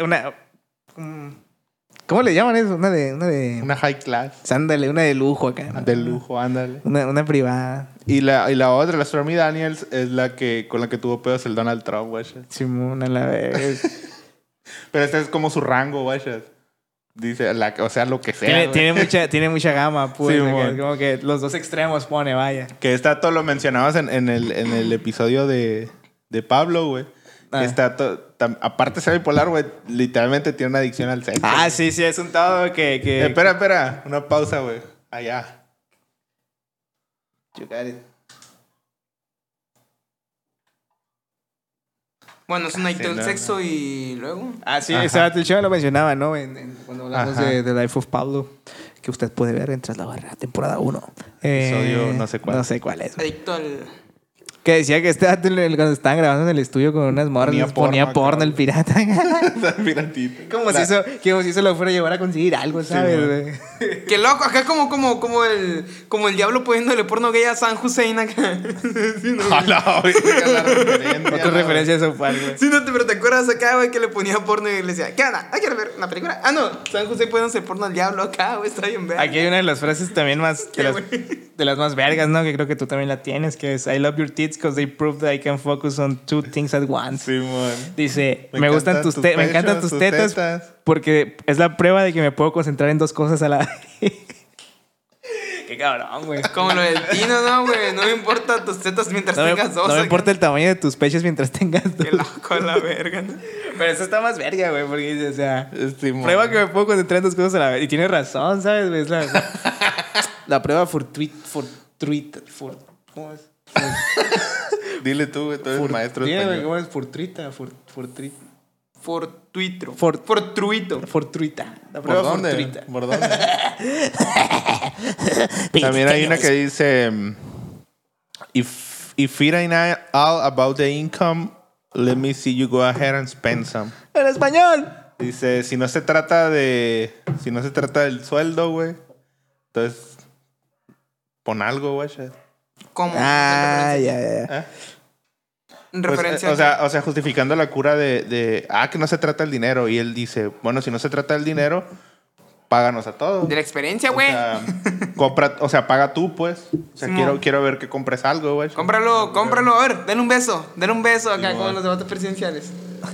¿Cómo le llaman eso?
Una high class.
Ándale, una de lujo acá. ¿No?
De lujo, ándale.
Una privada.
Y la otra, la Stormy Daniels, es con la que tuvo pedos el Donald Trump, güey.
Simona, la vez.
Pero este es como su rango, güey. Dice, o sea, lo que sea.
Tiene mucha gama, pues.
Sí,
como que los dos extremos pone, vaya.
Que está todo lo mencionabas en el episodio de Pablo, güey. Aparte de ser bipolar, güey, literalmente tiene una adicción al sexo.
Sí, es un todo que...
Espera, una pausa, güey. Allá.
You got it.
Bueno, es un adicto al sexo y luego...
Sí, el show lo mencionaba, ¿no? Cuando hablamos de The Life of Pablo, que usted puede ver en Tras la Barra, temporada 1.
Episodio no sé cuál.
No sé cuál es.
Adicto al...
Que decía que cuando estaban grabando en el estudio con unas morras, ponía porno el pirata.
Piratito.
Como si eso lo fuera a llevar a conseguir algo, ¿sabes, güey?
Qué loco, acá como el diablo poniéndole porno gay a San Hussein acá. Sí, no,
Otra referencia a South Park, güey.
Sí, no, pero te acuerdas acá, güey, que le ponía porno y le decía, ¿qué onda? ¿Quieres ver una película? No, San Hussein poniéndose porno al diablo acá, güey, está bien verga.
Aquí hay una de las frases también más de las más vergas, ¿no? Que creo que tú también la tienes, que es I love your tits because they prove that I can focus on two things at once.
Sí, man.
Dice, me encantan tus tetas porque es la prueba de que me puedo concentrar en dos cosas a la vez. Qué cabrón, güey.
Como lo del Tino, ¿no, güey? No me importa tus tetas mientras tengas dos.
No me importa el tamaño de tus pechos mientras tengas dos.
Qué loco a la verga, ¿no?
Pero eso está más verga, güey, porque dice, o sea,
sí,
prueba que me puedo concentrar en dos cosas a la vez. Y tiene razón, ¿sabes? Es la prueba ¿cómo es?
Dile tú, güey, tú eres maestro de español.
¿Cómo es? Fortuita. Fortuita. La prueba
¿Por dónde?
fortuita.
¿Por dónde? También hay una que dice if it ain't all about the income, let me see you go ahead and spend some.
En español.
Dice, si no se trata del sueldo, güey, entonces pon algo, güey.
¿Cómo?
Ya.
Referencia.
Pues, o sea, justificando la cura de que no se trata del dinero. Y él dice, bueno, si no se trata del dinero, páganos a todos.
De la experiencia, güey.
O sea, paga tú, pues. O sea, quiero ver que compres algo, güey.
Cómpralo. A ver, denle un beso acá como en los debates presidenciales.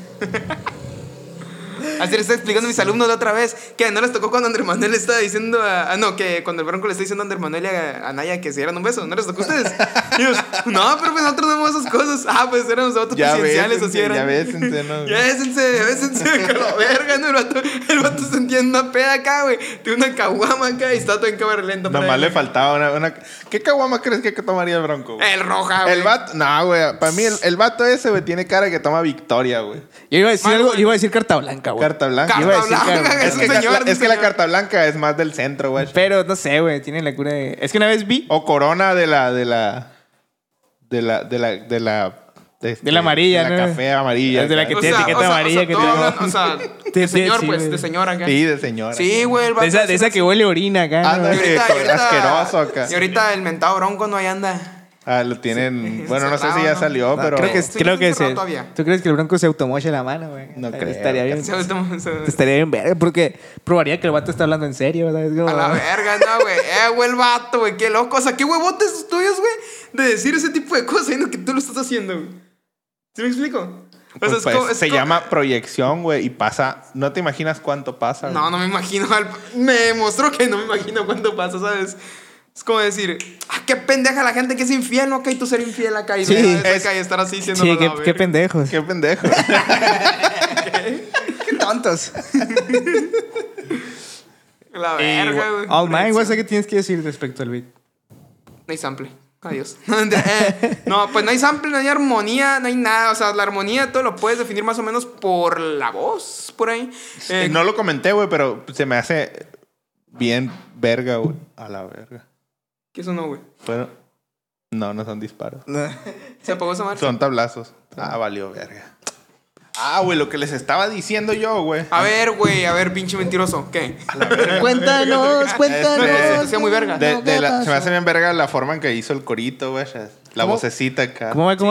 Así le estaba explicando a mis alumnos la otra vez que no les tocó cuando Andrés Manuel le estaba diciendo que cuando el Bronco le está diciendo a Andrés Manuel y a Naya que se dieran un beso. ¿No les tocó a ustedes? Y ellos, no, pero pues nosotros no hacemos esas cosas. Pues eran los debates presidenciales, así eran.
Ya bésense, ¿no?
Ya bésense, que la verga, ¿no? El vato sentía una peda acá, güey. Tiene una caguama acá y está todo en cámara lenta.
Nomás le faltaba una... ¿Qué caguama crees que tomaría el Bronco, güey?
El roja, güey.
El vato... No, güey. Para mí el vato ese, güey, tiene cara que toma Victoria, güey.
Yo iba a decir carta blanca, güey.
Carta blanca. Es que la carta blanca es más del centro, güey.
Pero no sé, güey, tiene la cura de... Es que una vez vi...
O corona de la
amarilla,
de la
¿no?
café amarilla.
De la que tiene etiqueta amarilla.
De señor, pues, de señora acá.
Sí, de señora.
Sí, güey.
De esa que huele orina acá.
Ándale, asqueroso acá.
Y ahorita el mentado Bronco no ahí anda.
Lo tienen... Bueno, no sé si ya salió, pero...
Creo que sí. ¿Tú crees que el Bronco se automoche la mano, güey?
No creo.
Estaría bien. Estaría bien verga, porque probaría que el vato está hablando en serio, ¿verdad?
A la verga, no, güey. Güey, el vato, güey. Qué loco. O sea, qué huevotes tuyos, güey, de decir ese tipo de cosas sabiendo que tú lo estás haciendo, güey. ¿Sí me explico?
Se llama proyección, güey, y pasa... No te imaginas cuánto pasa, güey.
No me imagino. Me demostró que no me imagino cuánto pasa, ¿sabes? Es como decir, qué pendeja la gente que es infiel, ¿no? Y tú ser infiel acá y, y estar así diciendo...
Sí, qué pendejos.
Qué pendejos.
Qué tontos.
La verga, güey.
All mine, güey, ¿qué tienes que decir respecto al beat?
No hay sample. Adiós. No, pues no hay sample, no hay armonía, no hay nada. O sea, la armonía todo lo puedes definir más o menos por la voz, por ahí.
No lo comenté, güey, pero se me hace bien verga, güey. A la verga.
¿Qué eso no, güey?
Bueno, No, no son disparos.
¿Se apagó esa marcha?
Son tablazos. Ah, valió verga. Ah, güey, lo que les estaba diciendo yo, güey.
A ver, pinche mentiroso. ¿Qué?
Cuéntanos.
Se hacía muy verga.
Se me hace bien verga la forma en que hizo el corito, güey. La vocecita acá.
¿Cómo va?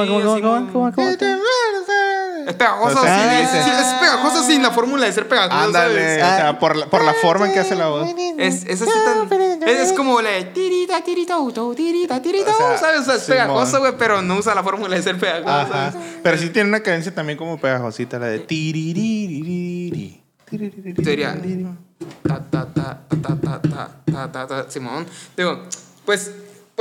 Es pegajoso,
O sea,
sí, es pegajoso sin la fórmula de ser pegajoso.
Ándale,
¿sabes?
o sea, por la forma en que hace la voz.
Es así es como la de tirita,
O sea,
¿sabes? O sea, es
Simón.
pegajoso, güey, pero no usa la fórmula de ser pegajoso.
Ajá.
¿sabes?
Pero sí tiene una cadencia también como pegajosita, la de tiriririri.
Te diría ta, Simón. Digo, pues.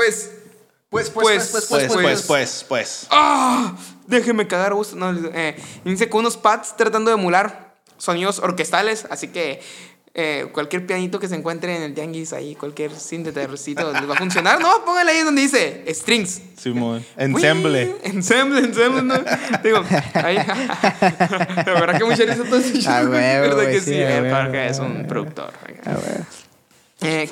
¡Ah! Déjeme cagar a gusto. No, dice con unos pads tratando de emular sonidos orquestales, así que cualquier pianito que se encuentre en el tianguis ahí, cualquier sintetizadorcito les va a funcionar. No, póngale ahí donde dice strings.
Simón. Ensemble.
Ensemble, ¿no? Digo, ahí. La verdad que mucha risa todo ese show.
Ah, huevo,
¿Verdad
güey,
que
sí,
sí?
a huevo,
Porque es
huevo.
un productor.
Ah, güey.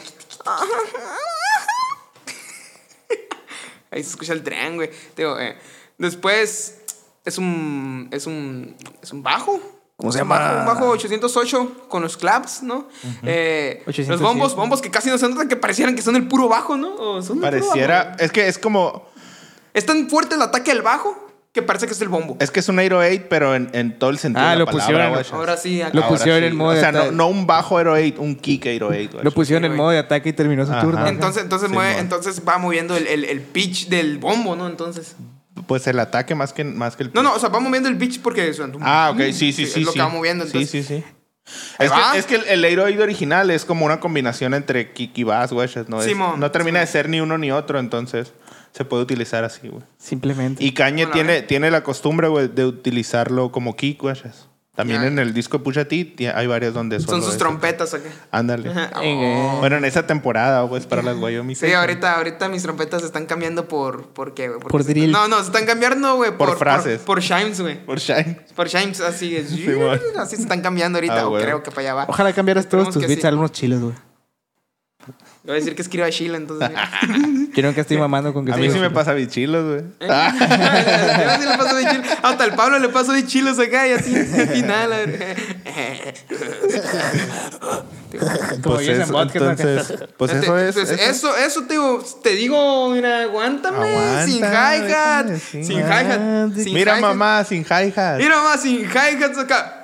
Ahí se escucha el tren, güey. Digo, después es un bajo.
¿Cómo se llama?
Un bajo 808 con los claps, ¿no? Los bombos que casi no se notan, que parecieran que son el puro bajo, ¿no? O son el puro
Pareciera.
bajo.
Es que es como.
Es tan fuerte el ataque del bajo que parece que es el bombo.
Es que es un 808, pero en todo el sentido
Ah,
de la
lo
palabra,
pusieron.
güey.
Ahora sí, acá.
Lo
Ahora
pusieron
sí.
en modo
O sea,
de
no un bajo 808, un kick 808, güey.
Lo pusieron en modo de ataque y terminó su
Ajá.
turno.
Entonces,
Simón.
entonces va moviendo el pitch del bombo, ¿no? Entonces.
Pues el ataque más que el.
No, o sea, va moviendo el pitch porque suena.
Ah, ok, sí.
Es lo que va moviendo. Entonces,
Sí.
Ahí va.
Es que el 808 original es como una combinación entre kick y bass, güey.
Simón,
No termina de ser ni uno ni otro, entonces se puede utilizar así, güey.
Simplemente.
Y Kanye
Bueno,
tiene la costumbre, güey, de utilizarlo como kick, güey. También
Ya.
en el disco de Pusha T hay varias donde
son
solo
sus
es.
trompetas acá.
Ándale.
Oh.
Bueno, en esa temporada, pues, para las Wyoming.
Sí, ahorita mis trompetas se están cambiando ¿por qué, güey?
Por
Se
drill.
No, se están cambiando, güey.
Por frases.
Por chimes, güey.
Por Shine.
Por chimes, así es.
Simón.
Así se están cambiando ahorita,
Ah,
o
güey.
creo que para allá va.
Ojalá cambiaras todos
Esperemos
tus
que
beats
sí.
a algunos chilos, güey.
Le voy a decir que escriba Sheila, entonces.
Yo nunca estoy mamando con que
A mí sí
escribas.
me pasa bichilos, güey.
Yo sí le paso de chilos. Hasta el Pablo le paso de chilos acá y a ti nada.
Como
Pues
Jason
eso,
Vodka, ¿no?
entonces, pues eso es.
Entonces, eso te digo, mira, aguántame. Sin hi-hat.
déjame,
Sin
sí.
hi-hat. sin
Mira,
hi-hat.
mamá, sin hi-hat.
Mira, mamá, sin hi-hats acá.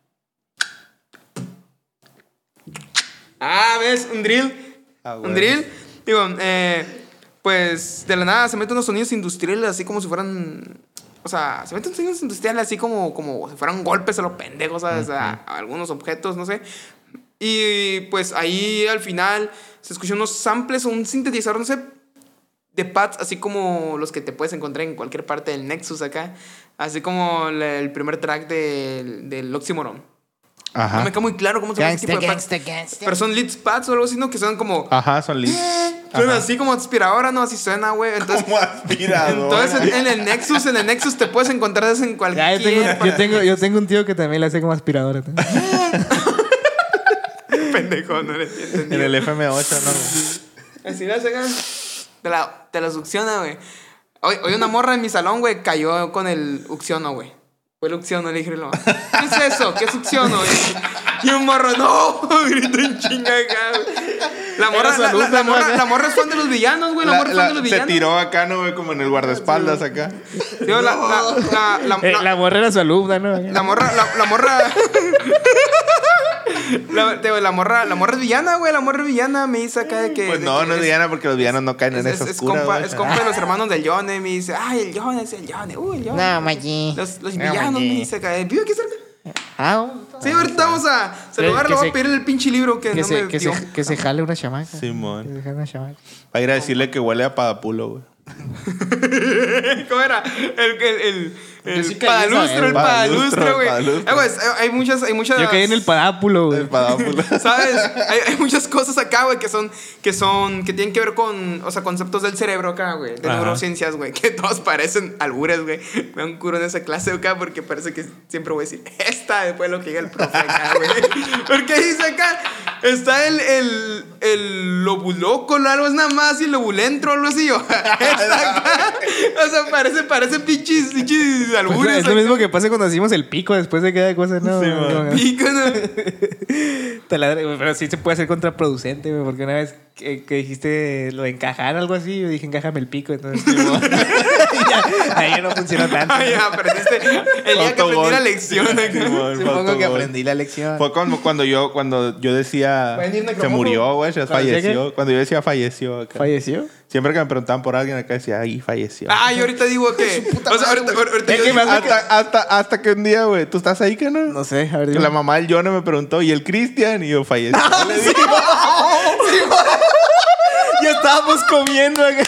Ah, ¿ves? Un drill.
Ah,
Un
bueno.
drill. Digo, pues de la nada se meten unos sonidos industriales así como si fueran. O sea, se meten sonidos industriales así como si fueran golpes a los pendejos, ¿sabes? A algunos objetos, no sé. Y pues ahí al final se escuchan unos samples o un sintetizador, no sé, de pads, así como los que te puedes encontrar en cualquier parte del Nexus acá. Así como el primer track del Oxymoron. No
Ajá.
me queda muy claro cómo se llama ese tipo de pads. Pero son leads pads o algo así, ¿no? Que suenan como.
Ajá, son leads.
Suena así como aspiradora, ¿no? Así suena, güey. Entonces,
Como aspirador.
entonces en el Nexus te puedes encontrar eso en
Ya,
cualquier.
yo tengo un tío que también le hace como aspiradora.
Pendejo, no le entendí.
En el FM8, ¿no?
Así la sacan. Te la succiona, güey. Hoy una morra en mi salón, güey, cayó con el ucciono, güey. Fue el ucciono, le dije, ¿qué es eso? ¿Qué es ucciono? Y un morro, ¡no! Gritó en chinga acá, güey. La morra es fan de los villanos, güey. La morra es fan de los
Se
villanos.
tiró acá, ¿no, güey? Como en el guardaespaldas acá.
Digo,
La morra era su alumna, ¿no?
La morra. La morra es villana, güey. La morra es villana. Me dice acá de que.
Pues no es Diana porque los villanos no caen en esa oscura, güey.
Es compa de los hermanos del Yone. Me dice, ay, el Yone es el Yone. El Yone.
No, Maggi.
Los villanos, me dice acá. ¿Vive aquí cerca?
Ah,
Sí, ahorita vamos a saludar. Le voy a pedir el pinche libro que no me dio.
que se jale una chamaca.
Simón.
Que se jale una chamaca.
Va a ir a decirle que huele a padapulo, güey.
¿Cómo era?
Yo sí
El
caí en esa,
padalustro, el padalustro, güey. Güey, hay muchas...
Yo caí en el padápulo, güey.
El padápulo.
¿Sabes? Hay muchas cosas acá, güey, que tienen que ver con, o sea, conceptos del cerebro acá, güey, de
Ajá.
neurociencias, güey, que todos parecen albures, güey. Me dan curo en esa clase acá porque parece que siempre voy a decir esta después de lo que diga el profe acá, güey. Porque dice acá, está el lobuloco, ¿no? Algo es nada más, y el lobulentro, algo así, está acá. O sea, parece pinches albures.
Pues es lo
acá.
mismo que pasa cuando decimos el pico después de cada cosa, ¿no?
Sí,
No, no.
Pico, ¿no?
Taladre, güey, pero sí se puede hacer contraproducente, güey, porque una vez que dijiste lo de encajar, algo así, yo dije, encájame el pico, entonces... ahí ya no funcionó tanto.
Ay, aprendiste el día que aprendí la lección acá.
Supongo que aprendí la lección.
Fue como cuando yo decía
Va a venir
se
necromoco.
murió, güey,
¿Cuándo
falleció. Cuando yo decía falleció acá.
¿Falleció?
Siempre que me preguntaban por alguien acá decía, ay, falleció.
Ah, yo ahorita digo que. O sea, ahorita
Es
yo
que
digo-
más-
Hasta que un día, güey, ¿tú estás ahí, que no?
No sé, a ver,
Que
dime.
la mamá del Johnny me preguntó, ¿y el Cristian? Y yo falleció. Le dije,
Ya estábamos comiendo acá.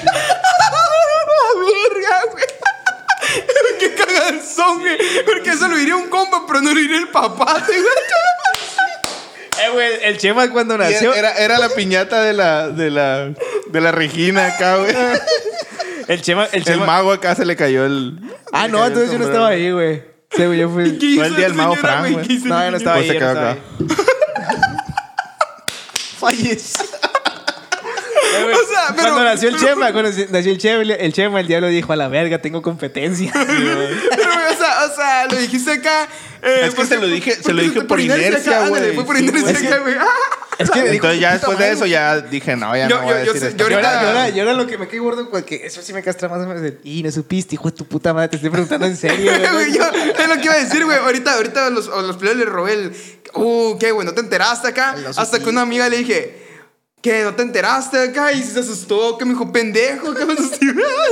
verga, güey. Qué caganzón, güey. Porque eso lo diría un compa, pero no lo diría el papá, güey.
Güey, el Chema cuando
y
nació...
era la piñata de la Regina acá, güey.
El Chema...
El mago acá se le cayó el...
Ah,
se le
no,
cayó el
entonces yo no
sombrero.
estaba ahí, güey. Sí, güey, yo fui...
¿Qué
Fue el
hizo
día
la
del mago
señora,
Frank, güey.
¿Qué hizo
No,
la
yo no
señora?
estaba
Pues
ahí.
se
yo no
quedó
estaba
acá.
ahí. Falleció.
O sea, pero.
Cuando nació el Chema, el Chema, el diablo dijo, a la verga, tengo competencia.
Pero, o sea, lo dijiste acá.
Es que se lo dije por inercia,
acá, ándale,
güey.
fue por
Sí,
inercia
güey.
acá, güey.
Es que dijo,
Entonces ya
"Puta
después de
madre".
eso ya dije, no, ya no voy a decir
sé-
esto.
yo ahorita-
Yo ahora lo que me cae gordo, porque eso sí me castra más o menos. Y no supiste, hijo de tu puta madre, te estoy preguntando en serio.
Güey,
güey.
yo, es lo que iba a decir, güey. Ahorita a los peleos les robé el. ¿Qué, güey? ¿No te enteraste acá?
No
Hasta
supiste.
que una amiga le dije, ¿qué? ¿No te enteraste acá? Y se asustó, que me dijo, pendejo, que me asusté.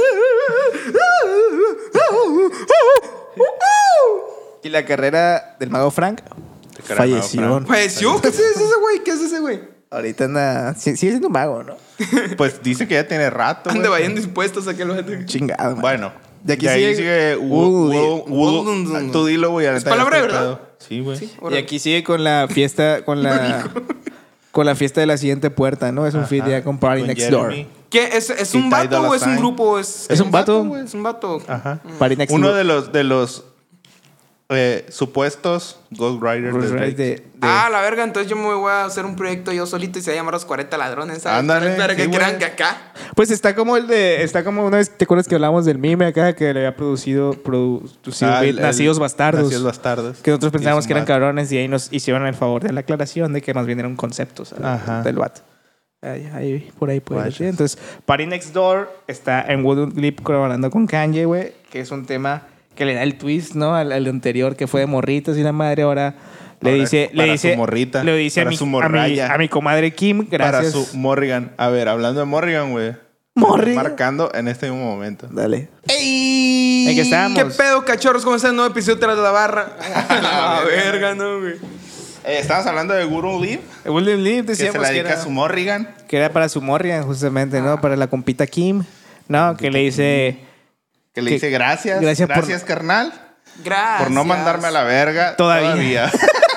Y la carrera del mago Frank falleció.
¿Falleció? ¿Qué es ese güey? ¿Qué es ese güey?
Ahorita anda. Sigue siendo un mago, ¿no?
Pues dice que ya tiene rato,
Ande
güey.
vayan dispuestos a que lo
Chingado, man.
Bueno.
De aquí
de ahí
sigue
sigue
Woodland.
tú dilo, güey.
¿Es palabra de verdad?
Sí, güey.
Y aquí sigue con la fiesta, con la fiesta de la siguiente puerta, ¿no? Es un feed ya con Party Next Door.
Jeremy.
¿Qué? ¿Es
Y
un
Ty
vato
Dolla
o es un
Sign.
grupo?
Es un vato.
güey. Es un vato.
Ajá.
Party Next
Uno
Door.
de los supuestos Ghost Riders
Ghost
de
Rider
Drake.
Ah, la verga, entonces yo me voy a hacer un proyecto yo solito y se va a llamar Los 40 Ladrones, ¿sabes?
Ándale,
Para que
sí,
crean
güey.
que acá.
Pues está como una vez, ¿te acuerdas que hablamos del meme acá que le había producido
Ah,
Nacidos Bastardos?
Nacidos Bastardos.
Que nosotros pensábamos
Y
que eran
su madre.
cabrones y ahí nos hicieron el favor de la aclaración de que nos vinieron conceptos, ¿sabes?
Ajá.
Del vato. Ahí, por ahí puede
Guachas.
ser. Entonces, Party Next Door está en Woodland Clip colaborando con Kanye, güey, que es un tema que le da el twist, ¿no? Al anterior que fue de morritos y la madre ahora le
Ahora
dice,
es para su morrita,
le dice
para su morralla.
a mi comadre Kim, gracias.
Para su Morrigan. A ver, hablando de Morrigan, güey.
Morrigan.
Marcando en este mismo momento.
Dale.
¡Ey!
¿En qué estábamos?
¿Qué pedo, cachorros? ¿Cómo está el nuevo episodio tras la barra? La verga, no, güey.
Estábamos hablando de Guru Live,
Woodland Clip
que se
decíamos
la
que
dedica
era,
a su Morrigan.
que era para su Morrigan, justamente, ¿no? Para la compita Kim, ¿no? Que le dice...
Que le
Que-
dice gracias.
gracias
Gracias,
por-
carnal.
Gracias.
Por no mandarme a la verga.
Todavía.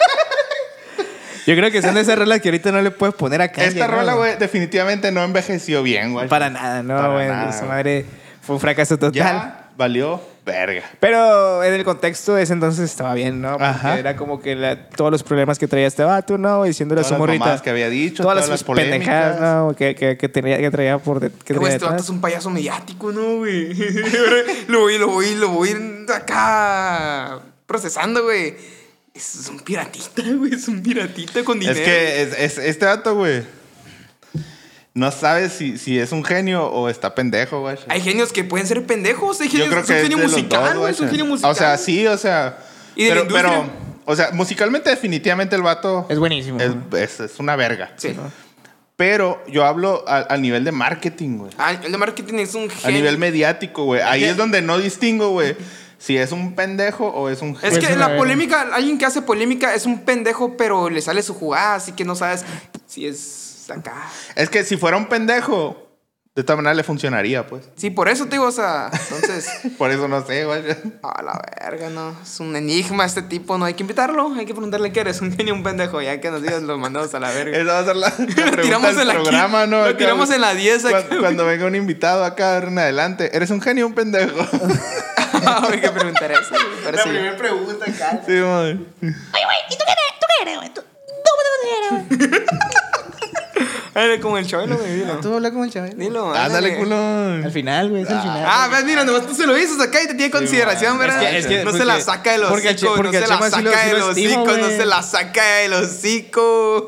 Yo creo que son de esas rolas que ahorita no le puedes poner a Kanye,
Esta
¿no?
rola, güey, definitivamente no envejeció bien, güey.
Para nada, ¿no?
Para
güey.
nada,
Esa
güey.
madre fue un fracaso total.
Ya valió verga.
Pero en el contexto de ese entonces estaba bien, ¿no? Porque
Ajá.
era como que todos los problemas que traía este vato, ¿no? Diciéndole a
Todas
su
las
morrita.
mamadas que había dicho,
todas
todas
las
las polémicas.
pendejadas, ¿no? Que traía por que
Güey,
traía
este vato
detrás.
es un payaso mediático, ¿no, güey? lo voy acá procesando, güey. Es un piratita, güey. Es un piratita con dinero.
Es que este dato, güey, no sabes si es un genio o está pendejo, güey.
Hay genios que pueden ser pendejos. Hay
Yo
genios,
creo
es un
que
genio
de los
musical,
dos,
güey. Es un genio musical.
O sea, sí, o sea.
¿Y de la industria?
o sea, musicalmente definitivamente el vato
Es buenísimo.
es una verga.
Sí.
Pero yo hablo al nivel de marketing, güey.
Ah, el de marketing es un genio.
A nivel mediático, güey. Ahí es donde no distingo, güey, si es un pendejo o es un
Es
genio.
que
Pues,
la
una
polémica, alguien que hace polémica es un pendejo, pero le sale su jugada, así que no sabes si es acá.
Es que si fuera un pendejo, De todas maneras le funcionaría, pues.
Sí, por eso te digo, o sea, entonces...
Por eso no sé, güey.
A la verga, no. Es un enigma este tipo, no hay que invitarlo. Hay que preguntarle qué eres, un genio, un pendejo. Ya que nos digas, los mandamos a la verga.
Esa va a ser la pregunta
tiramos
del
en la
programa, ¿no?
Lo tiramos en la 10 acá.
Cuando venga un invitado acá en adelante. ¿Eres un genio o un pendejo?
Hay que preguntar eso.
La primera pregunta, acá.
Sí, güey.
Oye, güey, ¿y tú qué eres, güey? ¿Tú qué eres, güey?
Ay, como el chabelo, güey, dilo.
Tú hablas con el chaval.
Dilo,
Ándale, culo.
Al final, güey, es al final.
Ah, ves, mira, nomás tú se lo dices acá y te tiene consideración,
man.
¿verdad?
Es que
no se
porque-
la saca del
porque
hocico, no
porque
se
el
la
Chema sí lo-
saca
sí
del
lo estimo,
hocico, no
güey.
se la saca del hocico.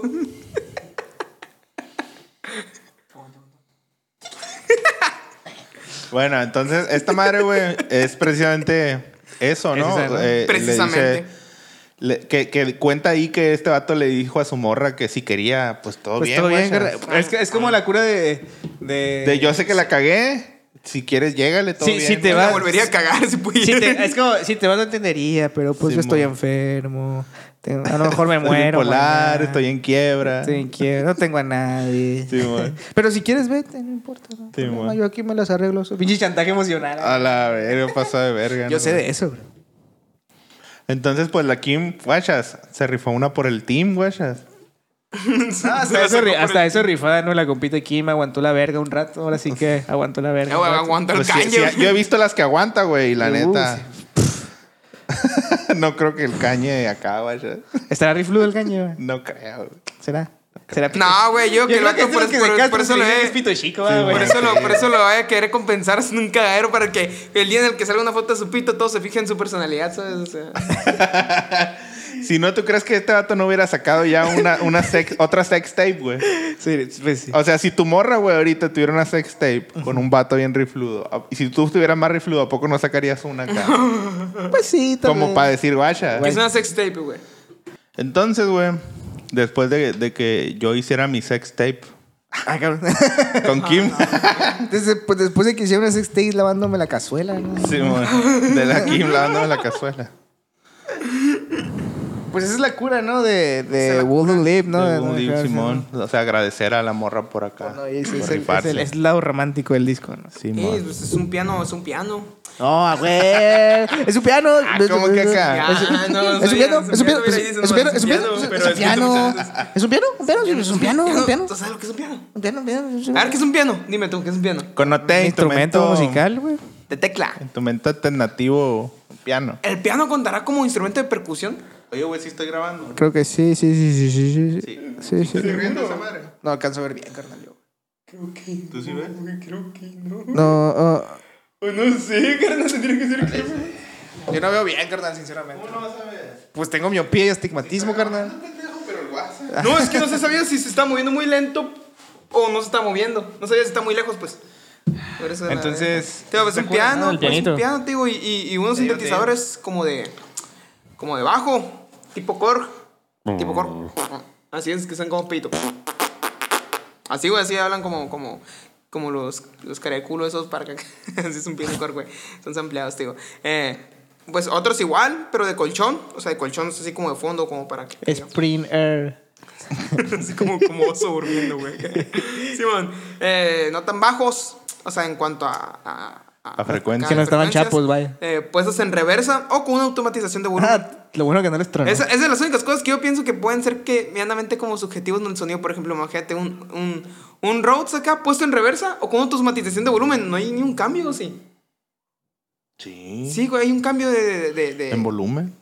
Bueno, entonces, esta madre, güey, es precisamente eso, ¿no?
Es esa, ¿no?
Le
Precisamente.
dice- que cuenta ahí que este vato le dijo a su morra que si quería, pues todo
Pues
bien,
todo bien,
guacha.
carnal. Es como la cura de...
De yo sé que la cagué, si quieres, llégale, todo
Sí,
bien.
sí te
Me
va-
la volvería a cagar si pudiera.
Si te, es como, si te vas, no entendería, pero pues
Sí,
yo estoy
mo.
enfermo. A lo mejor me
Estoy
muero.
bipolar,
mañana.
estoy en quiebra.
Estoy en quiebra, no tengo a nadie.
Sí, mo.
Pero si quieres, vete, no importa. No,
Sí,
problema,
mo.
yo aquí me las arreglo. Pinche chantaje emocional.
A la verga, pasó de verga.
Yo
¿no?
sé de eso, bro.
Entonces, pues la Kim, guachas, se rifó una por el team, guachas.
Hasta eso rifada, ¿no? La compita Kim aguantó la verga un rato. Ahora sí que aguantó la verga. un rato.
Aguanta el
Pues sí,
caño.
sí, yo he visto las que aguanta, güey, y la
Sí.
neta. No creo que el cañe acá, guachas.
¿Estará rifludo el caño?
No creo, güey.
¿Será? ¿Será
No, güey, yo que el vato por eso lo
es
es.
pito chico,
Sí,
güey.
Por eso lo vaya a querer compensar en un cagadero para que el día en el que salga una foto de su pito todos se fijen en su personalidad, ¿sabes? O sea,
Si no, ¿tú crees que este vato no hubiera sacado ya otra sex tape, güey?
Sí, pues sí.
O sea, si tu morra, güey, ahorita tuviera una sex tape con un vato bien rifludo, y si tú estuvieras más rifludo, ¿a poco no sacarías una acá?
Pues sí, tal
Como
vez.
para decir, guacha.
es una sex tape, güey.
Entonces, güey, después de que yo hiciera mi sex tape
Ah, cabrón.
con Kim,
Pues después de que hicieron una sex tape lavándome la cazuela, ¿no?
sí, güey, de la Kim lavándome la cazuela.
Pues esa es la cura, ¿no? De
la
Wooden Lip, ¿no?
De
¿no?
Woody,
Claro,
Simón. O sea, agradecer a la morra por acá.
No, es,
por
es
rifarse.
el lado romántico del disco, ¿no?
Simón.
Pues es un piano, es un piano.
No, güey. Es un piano.
¿cómo que acá?
Ah, no,
Es un piano, es un piano,
mira,
es
dices,
un
no,
piano,
es
es un
un
piano,
piano,
es
pero
un
es que
piano. ¿Es un piano? ¿Un piano? ¿Es un piano? ¿Un piano?
¿Tú sabes lo que es un piano?
¿Un piano? ¿Un piano?
A ver, ¿qué es un piano? Dime tú, ¿qué es un piano?
Connoté
Instrumento musical, güey.
De tecla.
Instrumento alternativo, piano.
¿El piano contará como instrumento de percusión?
Oye, güey, sí estoy grabando.
Creo que sí. Sí.
riendo esa madre?
No alcanzo a ver bien, carnal.
¿Tú sí ves?
No,
No sé, carnal, tendría que ser que...
yo no veo bien, carnal, sinceramente.
¿Cómo no vas a ver?
Pues tengo miopía y astigmatismo, carnal.
Pero el WhatsApp.
No, es que no se sabía si se está moviendo muy lento o no se está moviendo. No sabía si está muy lejos, pues. Por eso
Entonces,
Tío, es un piano,
el
pues,
pianito.
un piano, tío, y unos sintetizadores como de bajo, tipo Korg. Tipo Korg. Así es, que son como pito. Así, güey, así hablan como los careculos esos para que... Así es un piano Korg, güey. Son sampleados, tío. Pues otros igual, pero de colchón. O sea, de colchón así como de fondo, como para que...
Spring Air.
Así como oso durmiendo, güey. Simón, no tan bajos, o sea, en cuanto a
frecuencia.
Que no estaban
frecuencias,
chapos, vaya.
puestos en reversa o con una automatización de volumen.
Ah, lo bueno que no les tronó.
Es de las únicas cosas que yo pienso que pueden ser que medianamente como subjetivos en el sonido. Por ejemplo, imagínate un Rhodes acá puesto en reversa o con automatización de volumen. No hay ni un cambio, ¿sí?
Sí.
Sí, güey, hay un cambio de...
¿En volumen?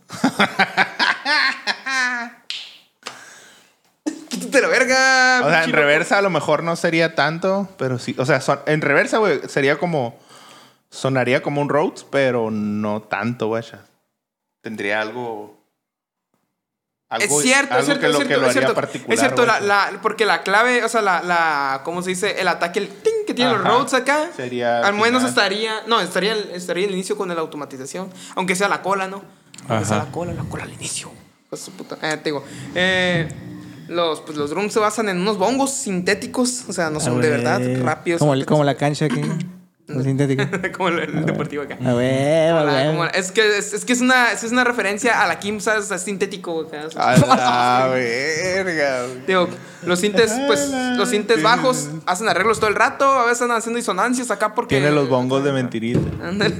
¡Quítate la verga!
O sea, en
pinche
reversa a lo mejor no sería tanto, pero sí. O sea, en reversa, güey, sería como... Sonaría como un Rhodes, pero no tanto, güey. Tendría algo...
Es cierto, es cierto,
que
es
lo
cierto,
que lo
es
haría
cierto.
particular.
Es cierto,
güey.
porque la clave, o sea, ¿cómo se dice? El ataque, el ting que tienen los
Ajá.
Rhodes acá.
Sería
al menos
final.
estaría el inicio con la automatización. Aunque sea la cola, ¿no? Aunque sea
Ajá.
la cola al inicio. Pues su puta. Te digo. Los drums se basan en unos bongos sintéticos. O sea, no son de verdad rápidos.
Como la cancha aquí. Lo sintético.
Como el deportivo acá.
A ver, a ver.
Es que es una referencia a la Kim, ¿sabes? Es sintético. Acá.
A la verga, güey.
Digo, los sintes bajos hacen arreglos todo el rato, a veces están haciendo disonancias acá porque...
Tiene los bongos de mentirita.
Ándale.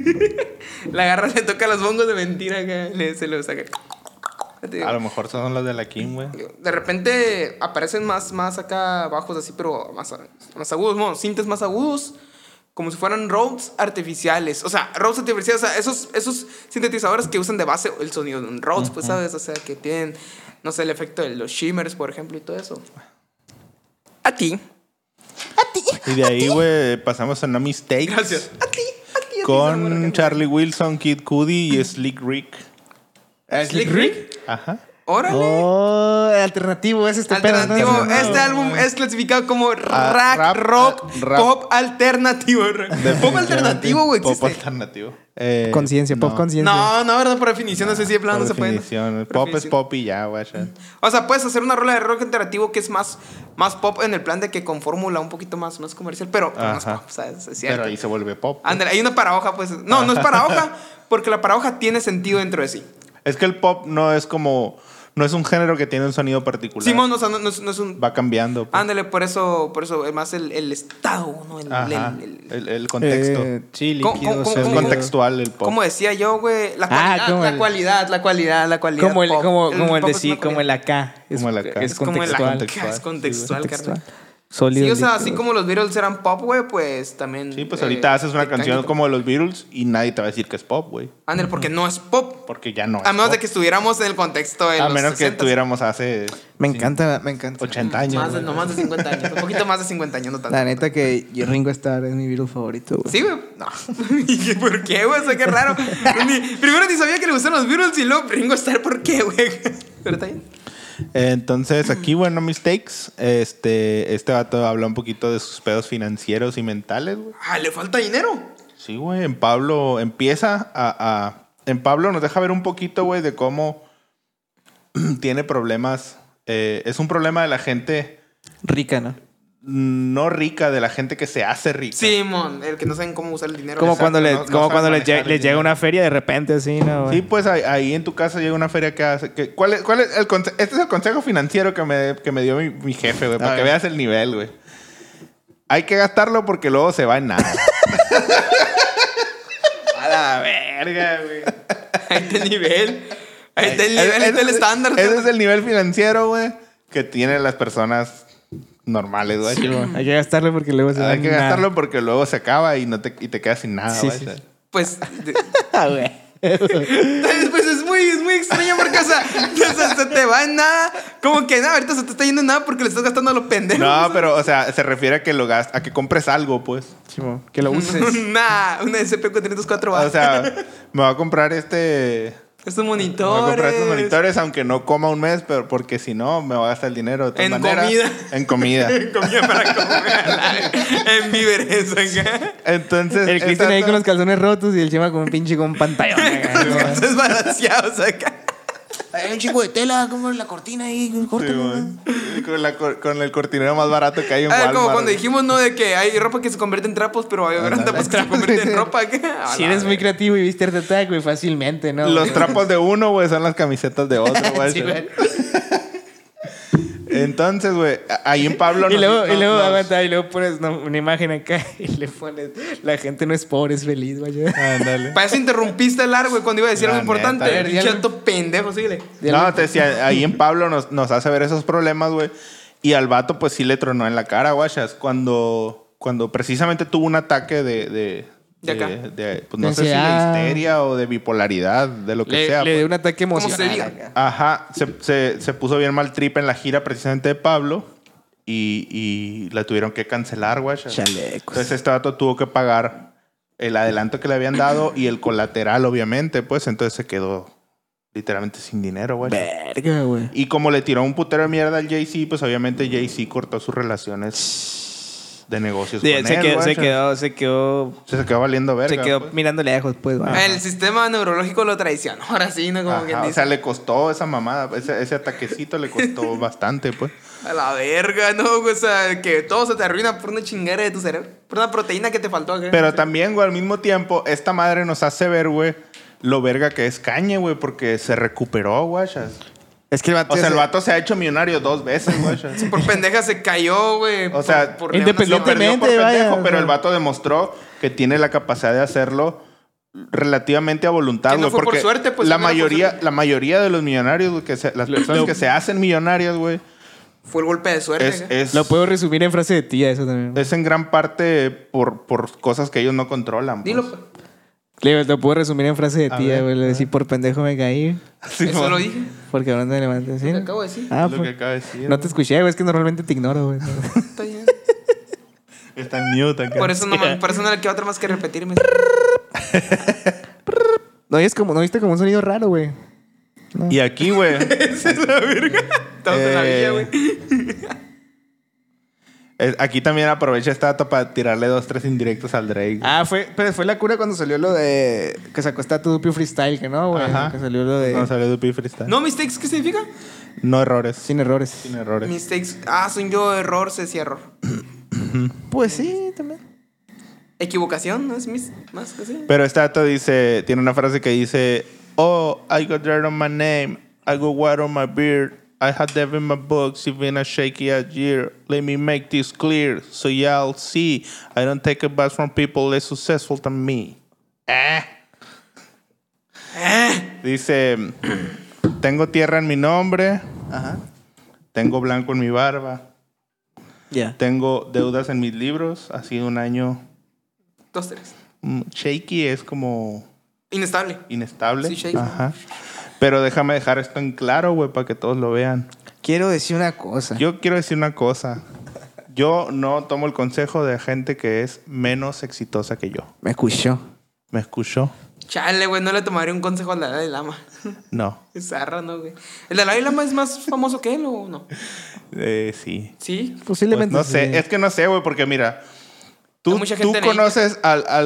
La garra le toca los bongos de mentira acá, se los saca.
A lo mejor son los de la Kim, güey.
De repente aparecen más acá bajos así, pero más agudos, ¿no? Sintes más agudos, como si fueran Rhodes artificiales. O sea, Rhodes artificiales, o sea, esos sintetizadores que usan de base el sonido de un Rhodes, pues, ¿sabes? O sea, que tienen, no sé, el efecto de los shimmers, por ejemplo, y todo eso. A ti.
Y de ahí, güey, pasamos a No Mistakes.
Gracias. A ti.
Con Charlie Wilson, Kid Cudi y Slick Rick.
¿Slick Rick?
Ajá.
¡Órale!
Oh, alternativo es este pedo.
Alternativo.
¿No?
Este álbum es clasificado como
rap,
rock,
rap.
pop alternativo. Pop alternativo, güey,
Pop
existe.
alternativo.
Conciencia, pop
no.
conciencia.
No, ¿verdad? Por definición, no sé si de plano
Por
no se puede.
definición.
Por
Pop es
definición.
pop y ya, güey.
O sea, puedes hacer una rola de rock alternativo que es más pop en el plan de que con fórmula un poquito más comercial, pero no es
Ajá.
pop, ¿sabes? Es cierto.
Pero ahí se vuelve pop. güey.
Ándale, hay una paradoja, pues. No es paradoja, porque la paradoja tiene sentido dentro de sí.
Es que el pop no es como... No es un género que tiene un sonido particular.
Simón, o sea, no es un...
Va cambiando. pues.
Ándale, por eso, más el estado, ¿no?
Ajá. El contexto.
Sí,
¿Cómo-
líquido.
cómo-
es
cómo-
contextual el pop.
Como decía yo, güey, la
como
cualidad,
el-
la cualidad.
Como el,
pop.
como el
pop
de
es
sí,
una
como el
cualidad.
acá.
Como el acá.
Es
Es como el
contextual.
acá, es contextual,
Contextual.
carnal.
Sólido.
Sí, o sea,
líquido.
así como los Beatles eran pop, güey, pues también...
Sí, pues ahorita haces una canción como de los Beatles y nadie te va a decir que es pop, güey.
Ándale, porque no es pop.
Porque ya no es
A menos
pop.
de que estuviéramos en el contexto de
A
los
menos que
60s.
estuviéramos hace
Me encanta.
80 años.
Más de,
güey.
no más de 50 años. Un poquito más de 50 años, no tanto.
La neta que Ringo Starr es mi Beatle favorito, güey.
Sí, güey. No. ¿Y por qué, güey? O sea, qué raro. Primero ni sabía que le gustaban los Beatles y luego Ringo Starr, ¿por qué, güey? Pero está bien.
Entonces, aquí, bueno, Mistakes. Este vato habla un poquito de sus pedos financieros y mentales, güey.
Ah, le falta dinero.
Sí, güey. En Pablo empieza En Pablo nos deja ver un poquito, güey, de cómo tiene problemas. Es un problema de la gente
Rica, ¿no?
no rica, de la gente que se hace rica.
Simón, el que no saben cómo usar el dinero.
Como
Exacto,
cuando,
no
como
saben
cuando les
manejar el
llega
dinero.
una feria de repente, así, ¿no? güey?
Sí, pues ahí en tu casa llega una feria que hace... ¿Cuál es el este es el consejo financiero que me dio mi jefe, güey, para
A
que
ver.
veas el nivel, güey. Hay que gastarlo porque luego se va en nada. A la verga, güey.
Ahí está el nivel. Ahí está el nivel, ahí está el estándar.
Ese es el nivel financiero, güey, que tienen las personas normales, güey.
Sí, güey. Hay que gastarlo porque luego se va
Hay que
nada.
gastarlo porque luego se acaba y te quedas sin nada,
Sí,
güey.
sí.
Pues,
Ah, güey.
pues es muy extraño porque, o sea, se te va en nada. Como que nada, ahorita se te está yendo en nada porque le estás gastando a los pendejos.
No, pero, o sea, se refiere a que a que compres algo, pues.
Sí, güey. Que lo uses.
Una SP404 va.
O sea, me voy a comprar
estos
me voy a
monitores.
comprar estos monitores, aunque no coma un mes, pero porque si no, me va a gastar el dinero de todas
En
maneras.
comida.
En comida.
Comida para comer. En víveres acá.
Entonces,
El Cristian ahí con los calzones rotos y el Chema con un pinche con un pantallón. acá,
Desbalanceados acá.
Hay un chingo de tela, como la cortina ahí,
Sí,
córtalo.
güey. Con el cortinero más barato que hay en
Ah,
Walmart.
como cuando
güey.
dijimos, ¿no? De que hay ropa que se convierte en trapos, pero hay trapos que se convierten en ropa acá.
Si eres muy creativo y viste Art Attack, güey, fácilmente, ¿no?
Los trapos de uno, güey, son las camisetas de otro, güey.
Sí, güey.
Entonces, güey, ahí en Pablo...
Y luego,
nos-
aguanta, y luego pones una imagen acá y le pones, la gente no es pobre, es feliz, güey.
Ándale.
Para eso interrumpiste el largo, güey, cuando iba a decir
La
algo importante.
neta.
A ver, dígalo.
Chato pendejo, síguele.
No, te decía, ahí en Pablo nos hace ver esos problemas, güey. Y al vato, pues sí le tronó en la cara, guachas. Cuando precisamente tuvo un ataque de
acá.
pues no sé si de
ansiedad.
histeria o de bipolaridad, de lo que sea.
Le
pues.
dio un ataque
¿Cómo se
emocional.
diga?
acá.
Ajá, se puso bien mal trip en la gira precisamente de Pablo y la tuvieron que cancelar, guachas.
Chalecos.
Entonces este vato tuvo que pagar el adelanto que le habían dado y el colateral, obviamente, pues entonces se quedó literalmente sin dinero, guachas.
Verga, güey.
Y como le tiró un putero de mierda al Jay-Z, pues obviamente Jay-Z cortó sus relaciones de negocios
Sí,
con
se
él,
quedó,
guacha.
se quedó
valiendo verga.
Se quedó
pues.
mirando lejos, pues. Va.
El sistema neurológico lo traicionó. Ahora sí, ¿no? Como quien
Ajá, o
dice.
sea, le costó esa mamada, ese ataquecito le costó bastante, pues.
A la verga, ¿no? O sea, que todo se te arruina por una chinguera de tu cerebro. Por una proteína que te faltó acá.
Pero también, güey, al mismo tiempo, esta madre nos hace ver, güey, lo verga que es Kanye, güey, porque se recuperó, guachas.
Es que el vato,
O sea, el vato se ha hecho millonario 2 veces, guachas.
Por pendeja se cayó, güey.
O sea,
por
lo perdió por
Independientemente, vaya,
pendejo,
o
pero
sea.
el vato demostró que tiene la capacidad de hacerlo relativamente a voluntad,
Que no
güey.
fue por
Porque
suerte, pues,
la
si hubiera por
mayoría de los millonarios, güey, las personas que se hacen millonarias, güey,
Fue el golpe de suerte.
es,
Lo puedo resumir en frase de tía, eso también.
es en gran parte por cosas que ellos no controlan. Pues.
Dilo, pues.
Lo puedo resumir en frase de
A
tía,
ver,
güey. Le decía, por pendejo me caí.
Sí,
Eso
mo-
lo dije.
Porque ahora no te levantas, ¿sí?
Lo acabo de decir.
Ah,
es lo que
pues.
acaba de decir.
No te
güey.
escuché, güey. Es que normalmente te ignoro, güey.
Está bien.
Está en mute acá.
Por eso no le queda otra más que repetirme.
No viste como un sonido raro, güey.
Y aquí, güey.
Esa es la verga. Estamos en la villa, güey.
Aquí también aprovecha esta dato para tirarle 2, 3 indirectos al Drake.
Pero fue la cura cuando salió lo de... Que sacó esta Dupio Freestyle, que no, güey.
Ajá.
Que salió lo de...
No salió Dupi Freestyle.
¿No mistakes qué significa?
No errores.
Sin errores.
Sin errores.
Mistakes. Ah, son yo error, se decía error.
Pues sí, también.
Equivocación, ¿no es más que así?
Pero este dato dice, tiene una frase que dice, oh, I got dirt on my name, I got water on my beard, I had death in my books, it's been a shaky year. Let me make this clear, so y'all see, I don't take advice from people less successful than me. Dice, tengo tierra en mi nombre,
Ajá.
tengo blanco en mi barba,
Ya.
tengo deudas en mis libros, ha sido un año
2, 3.
shaky, es como...
Inestable.
inestable.
Sí, shaky.
Ajá. Pero déjame dejar esto en claro, güey, para que todos lo vean.
Quiero decir una cosa.
Yo quiero decir una cosa. Yo no tomo el consejo de gente que es menos exitosa que yo.
Me escuchó.
¿Me escuchó?
Chale, güey, no le tomaría un consejo al Dalai Lama.
No.
Es zarra, ¿no, güey? ¿El Dalai Lama es más famoso que él o no?
Sí.
Sí.
Pues
Posiblemente
no
sí.
sé. Es que no sé, güey, porque mira...
Hay
Tú
mucha gente
conoces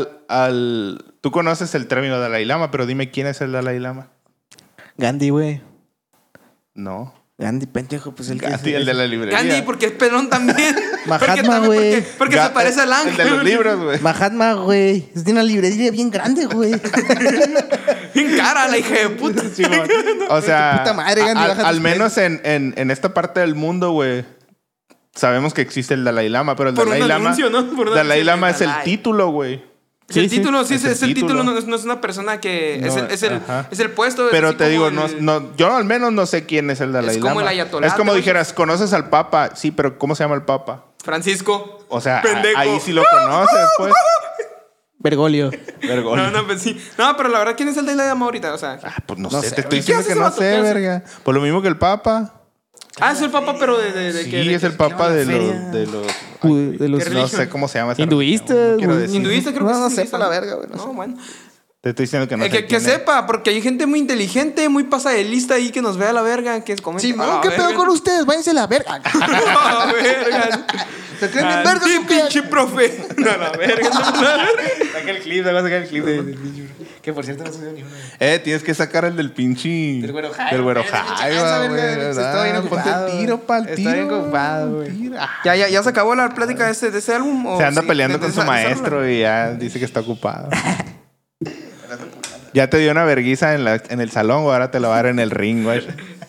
tú conoces el término Dalai Lama, pero dime quién es el Dalai Lama.
Gandhi, güey.
No.
Gandhi, pendejo, pues el que...
Gandhi, el de la librería.
Gandhi, porque es pelón también.
Mahatma, güey.
Porque se parece al ángel.
El de los libros, güey.
Mahatma, güey. Es de una librería bien grande, güey.
Bien cara, la hija de puta.
O sea,
Puta madre, Gandhi, baja
al
tus
menos en esta parte del mundo, güey, sabemos que existe el Dalai Lama, pero el
Por
Dalai
un
Lama,
anuncio, ¿no? Por un
Dalai
anuncio
Lama
de
es el
Dalai.
título, güey.
Sí, el título, sí,
es
es
el
el título,
título.
no es una persona que...
No,
es
ajá.
el puesto. es
Pero
así
te
como
digo,
el-
yo al menos no sé quién es el Dalai
Es como
Lama.
el ayatolá,
es como
¿no?
dijeras, ¿conoces al Papa? Sí, pero ¿cómo se llama el Papa?
Francisco.
O sea,
Pendejo.
ahí sí lo conoces, pues.
Bergoglio.
Bergoglio.
No, pues sí. No, pero la verdad, ¿quién es el Dalai Lama ahorita? O sea...
Ah, pues no,
No
sé,
sé,
te estoy
¿y qué
diciendo
hace
que
ese
no
vato? ¿Qué
sé,
hace?
verga. Por lo mismo que el Papa.
Ah, es el papa, pero de
Sí,
que...
es el Papa de
feria.
los...
De los
¿Qué
No
religión?
sé cómo se llama esa
hinduistas,
religión, no quiero
güey.
decir.
Hinduista creo que
No
es
sé,
hinduista,
pa' la verga, güey, no
No,
sé.
bueno.
Te estoy diciendo que no sé
Que
quién es.
sepa, porque hay gente muy inteligente, muy pasa de lista ahí que nos ve a la verga, que es como...
Simón, ¿qué pedo con ustedes? Váyanse a la verga.
A la verga.
¿Se creen bien
A
vergas
ti,
o qué?
pinche profe. No, a la verga.
Saca el clip, saca el clip.
Que por cierto no subió ni uno.
Tienes que sacar el del pinche...
Del Güero Jaiba.
Del Güero
Esa
Jaiba,
verga,
güey.
está bien
Ponte
ocupado.
el tiro pa'l tiro.
Está bien ocupado, güey.
Tiro. Ah.
¿Ya se acabó la plática de ese álbum? ¿O
Se anda
sí?
peleando
¿De
con su
esa rola?
maestro y ya dice que está ocupado. Ya te dio una verguiza en el salón, güey. Ahora te lo va a dar en el ring, güey.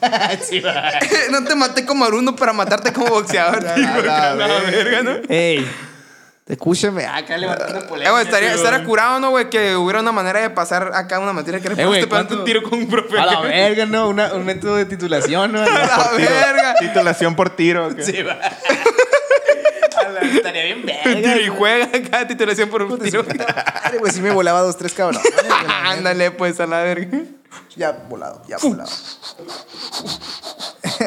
No te maté como Aruno para matarte como boxeador. tío,
la
a la verga, ¿no?
Ey, escúchame. Acá levantando polémica.
Güey, estaría curado, ¿no, güey? Que hubiera una manera de pasar acá una materia que
güey,
reprobaste pegando
¿cuánto?
un tiro con un profe.
A la verga, ¿no? Un método de titulación, ¿no?
A la verga.
Titulación por tiro. ¿o qué?
Sí, va. Estaría bien verga.
Tiro y juega acá, titulación por un tiro.
Madre, güey, sí me volaba 2, 3 cabrones.
Ándale, pues, a la verga.
Ya volado, ya volado.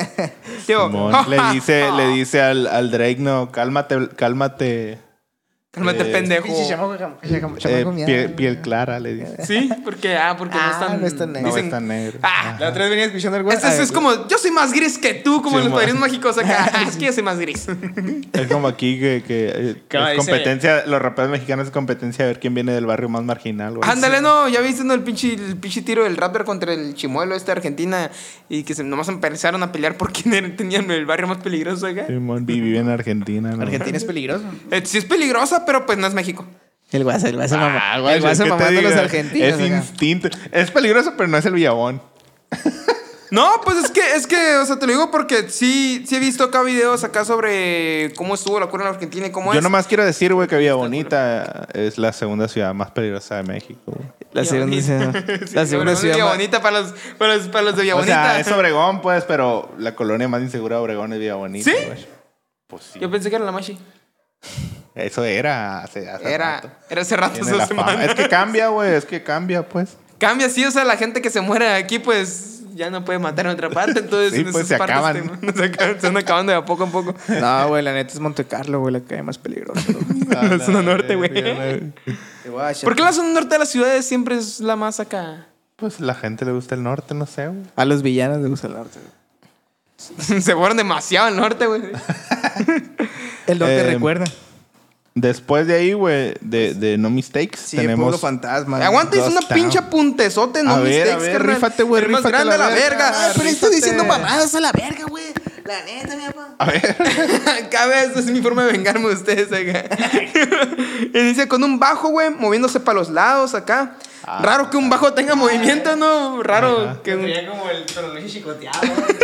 Tío,
Simón, le dice al Drake, no, cálmate
Cálmate, pendejo.
Pinche chamaco miado.
Piel clara, le dice.
Sí, porque no están...
no están negros.
No
dicen-
es tan negro.
La otra vez venía escuchando el güey.
Es como, yo soy más gris que tú, como
Sí,
en los
mo-
padrinos mágicos acá. Es que yo soy más gris.
Es como aquí
Claro,
es
dice-
competencia, los raperos mexicanos es competencia a ver quién viene del barrio más marginal, güey.
Ándale, no, ya viste ¿no? el pinche tiro del rapper contra el chimuelo de Argentina y que nomás empezaron a pelear por quién tenían el barrio más peligroso acá.
Simón vive en Argentina, ¿no?
Argentina es peligroso.
Sí es peligrosa, pero pues no es México.
El guasa
Ah, güey,
el guasa
¿qué te
mamando a los
digo?
argentinos.
Es
acá.
instinto. Es peligroso, pero no es el Villabón.
No, pues es que, o sea, te lo digo porque sí he visto acá videos acá sobre cómo estuvo la cura en Argentina y cómo
Yo
es.
nomás quiero decir, güey, que Villa Bonita es la segunda ciudad más peligrosa de México, güey.
La segunda ciudad.
Sí,
La segunda
Obregón es
ciudad.
Villa
más-
Bonita para los de Villa
O
Bonita.
sea, es Obregón, pues, pero la colonia más insegura de Obregón es Villa Bonita,
¿Sí?
güey. Pues sí.
Yo pensé que era la Machi.
Eso era hace
Era
rato.
hace rato
Tiene
esa
la fama.
semana.
Es que cambia, güey, es que cambia, pues.
Cambia, sí, o sea, la gente que se muere aquí, pues ya no puede matar en otra parte. Entonces,
Sí,
en
pues,
esas
se
partes
acaban.
se van acabando de a poco en poco.
No, güey, la neta es Monte Carlo, güey, la calle más peligrosa.
La zona norte, güey. ¿Por qué la zona norte de las ciudades siempre es la más acá?
Pues la gente le gusta el norte, no sé, güey.
A los villanos les gusta el norte. güey.
Se fueron demasiado al norte, güey.
El norte
Eh,
recuerda.
Después de ahí, güey, de No Mistakes,
Sí, el
tenemos...
pueblo fantasma.
Aguanta, hizo una
Ghost Town.
pinche puntezote, no
A ver,
mistakes, carnal.
rífate, güey,
El más
rífate
grande a la verga.
Ay, pero estoy
rífate.
diciendo mamadas a la verga, güey. La neta, mi papá.
A ver.
Cada vez es mi forma de vengarme de ustedes acá. Inicia con un bajo, güey, moviéndose para los lados acá. Raro que un bajo tenga movimiento, ¿no? Raro que un...
como el tronologio chicoteado.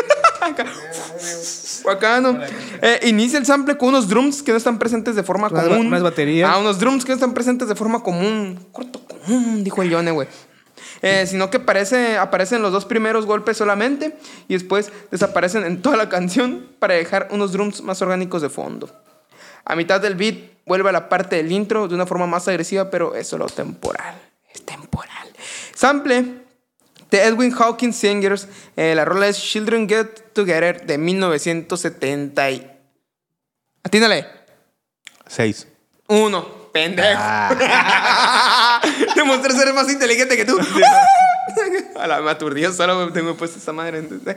Bacano. Inicia el sample con unos drums que no están presentes de forma
Unas
común.
unas baterías.
Unos drums que no están presentes de forma común. Corto común, dijo el Yone, güey. Sino que aparecen los dos primeros golpes solamente y después desaparecen en toda la canción para dejar unos drums más orgánicos de fondo. A mitad del beat vuelve a la parte del intro de una forma más agresiva, pero es solo temporal. Es temporal. Sample de Edwin Hawkins Singers. La rola es Children Get Together de 1970. Atínale.
6.
1. Pendejo. Demostré ser más inteligente que tú. A la me aturdió solo, güey. Tengo puesto esa madre. Entonces.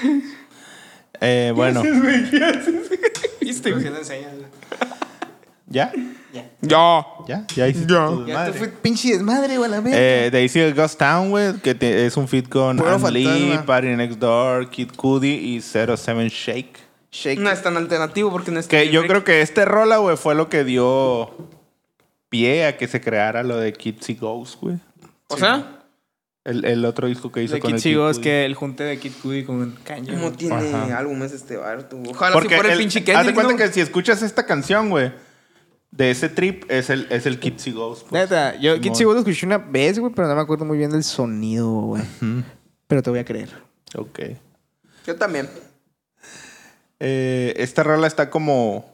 Bueno.
¿Viste, güey?
¿Ya?
Ya.
hiciste tu
Ya
desmadre.
te fue pinche desmadre, güey, la verga.
De ahí sigue Ghost Town, güey, que es un feat con
Puro
Ann Lee,
fantasma.
Party Next Door, Kid Cudi y 07 Shake.
Shake.
No es tan alternativo porque no es.
Que yo creo que este rola, güey, fue lo que dio pie a que se creara lo de Kids y Ghosts, güey.
O sea,
El otro disco que hizo
De
con
Kid
el Kid
Chigos,
Cudi.
que el junte de Kid Cudi con Kanye.
no
güey.
tiene
Ajá.
álbumes este bar, tú. Ojalá
Porque
si fuera el pinche Kendrick.
haz de cuenta
¿no?
que si escuchas esta canción, güey, de ese trip es el Kids y Ghosts. pues.
Neta, yo
Simón.
Kid Chigos lo escuché una vez, güey, pero no me acuerdo muy bien del sonido, güey. Pero te voy a creer.
Ok.
Yo también.
Esta rola está como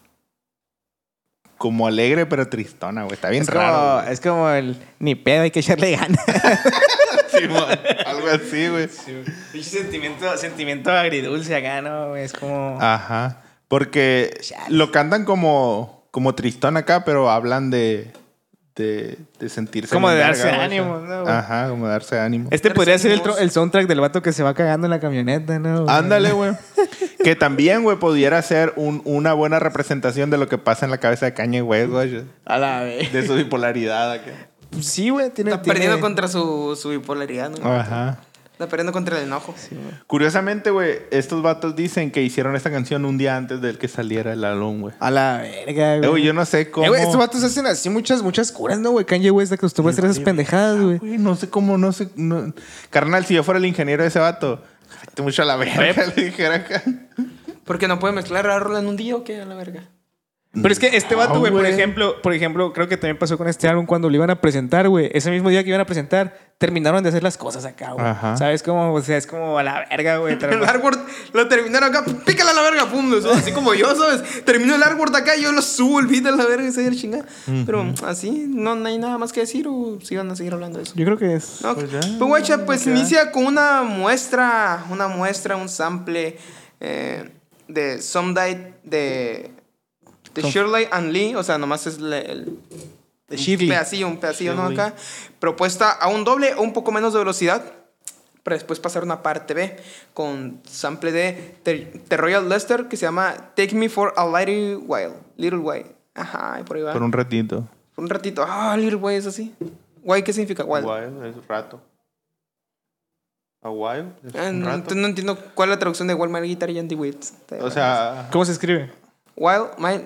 alegre pero tristona, güey. Está bien
Es
raro.
como,
güey.
es como el ni pedo, hay que echarle ganas.
Simón, algo así, güey.
sentimiento agridulce acá, ¿no? güey? Es como...
Ajá. Porque
Chale.
lo cantan como tristón acá, pero hablan de sentirse
Como
bien
de darse
verga, güey.
ánimo, ¿no, güey?
Ajá, como de darse ánimo.
Este podría ser
ánimos.
el soundtrack del vato que se va cagando en la camioneta, ¿no? güey?
Ándale, güey. Que también, güey, pudiera ser una buena representación de lo que pasa en la cabeza de Kanye West, güey.
A la vez.
De su bipolaridad acá.
Sí, güey, tiene...
Está perdiendo contra su bipolaridad, ¿no?
Ajá.
Está perdiendo contra el enojo.
Curiosamente, güey, estos vatos dicen que hicieron esta canción un día antes del que saliera el álbum, güey.
A la verga, güey.
Güey, yo no sé cómo.
Güey, estos vatos hacen así muchas curas, ¿no, güey? Kanye West acostumbra a hacer esas pendejadas, güey.
Güey, no sé cómo, no sé. Carnal, si yo fuera el ingeniero de ese vato, vete mucho a la verga, le dijera acá.
Porque no puede mezclar la rola en un día o qué, a la verga.
Pero es que este vato,
No,
güey,
güey.
por ejemplo, creo que también pasó con este álbum cuando lo iban a presentar, güey. Ese mismo día que iban a presentar, terminaron de hacer las cosas acá, güey.
Ajá.
¿Sabes cómo? O sea, es como a la verga, güey.
El artwork lo terminaron acá, pícala a la verga, pum, lo subo, así como yo, ¿sabes? Termino el artwork acá y yo lo subo el beat a la verga y se el chingada. Pero así, no hay nada más que decir o si van a seguir hablando de eso.
Yo creo que es...
No,
Pues ya,
pues guacha, pues
ya.
inicia con una muestra, un sample de Someday de de Shirley and Lee, o sea, nomás es el
De Shirley.
un pedacillo, ¿no? Acá. Propuesta a un doble o un poco menos de velocidad, para después pasar una parte B con sample de The Royal Lester que se llama Take Me for a Little While. Little While. Ajá, y por ahí va.
Por un ratito.
Un ratito. Ah, Little While es así. While, ¿qué significa while?
While es rato. A while es
Ah,
un rato.
no entiendo cuál es la traducción de While My Guitar y Andy Waits.
O sea,
¿Cómo se escribe?
While My...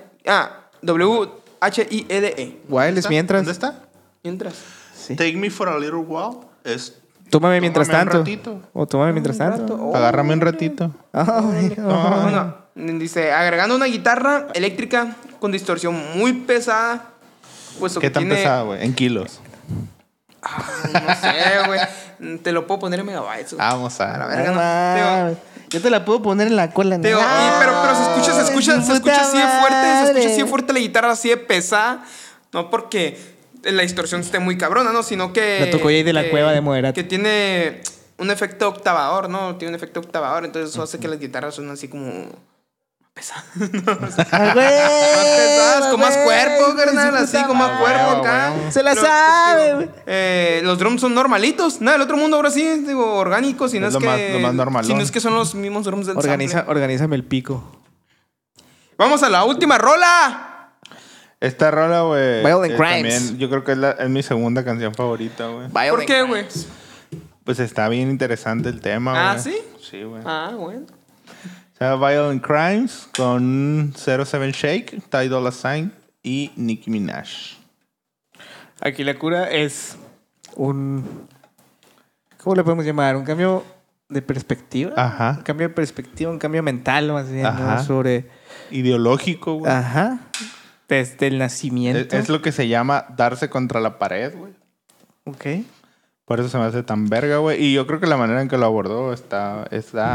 W-H-I-L-E.
While es mientras.
¿dónde está?
Mientras.
Sí.
Take me for a little while es
Tómame mientras
Tómame un
tanto.
ratito.
O tómame mientras tanto.
rato. Oh.
agárrame un ratito.
Ay, ay.
Bueno, dice, agregando una guitarra eléctrica con distorsión muy pesada. Puesto
¿Qué
que
tan
tiene...
pesada, güey? En kilos.
No sé, güey. Te lo puedo poner en megabytes, güey.
Vamos
A la
a.
verga, no. Digo,
Yo te la puedo poner en la cola.
Digo, pero se escucha así de fuerte, se escucha así de fuerte la guitarra, así de pesada. No porque la distorsión esté muy cabrona, ¿no? Sino que...
La tocó ahí de la cueva de Moderato.
Que tiene un efecto octavador, ¿no? Tiene un efecto octavador, entonces eso hace que las guitarras suenan así como... pesadas. Más pesadas, con más cuerpo, carnal, así, con más cuerpo acá.
Se la
Pero,
sabe,
pues,
güey.
los drums son normalitos. Nada, el otro mundo ahora sí, digo, orgánicos. Si no
Es
es
lo
que...
más normalón.
Si no es que son los mismos drums del sample.
Organízame el pico.
Vamos a la última rola.
Esta rola, güey.
Violent Crimes.
También, yo creo que es mi segunda canción favorita, güey.
¿Por qué, güey?
Pues está bien interesante el tema, güey.
¿Ah, sí?
Sí, güey.
Ah, bueno.
Se llama Violent Crimes con 07 Shake, Ty Dolla $ign y Nicki Minaj.
Aquí la cura es un... ¿Cómo le podemos llamar? Un cambio de perspectiva.
Ajá.
Un cambio de perspectiva, un cambio mental más bien, ¿no?
Ajá.
Sobre...
Ideológico, güey.
Ajá. Desde el nacimiento.
Es lo que se llama darse contra la pared, güey.
Ok.
Por eso se me hace tan verga, güey. Y yo creo que la manera en que lo abordó está...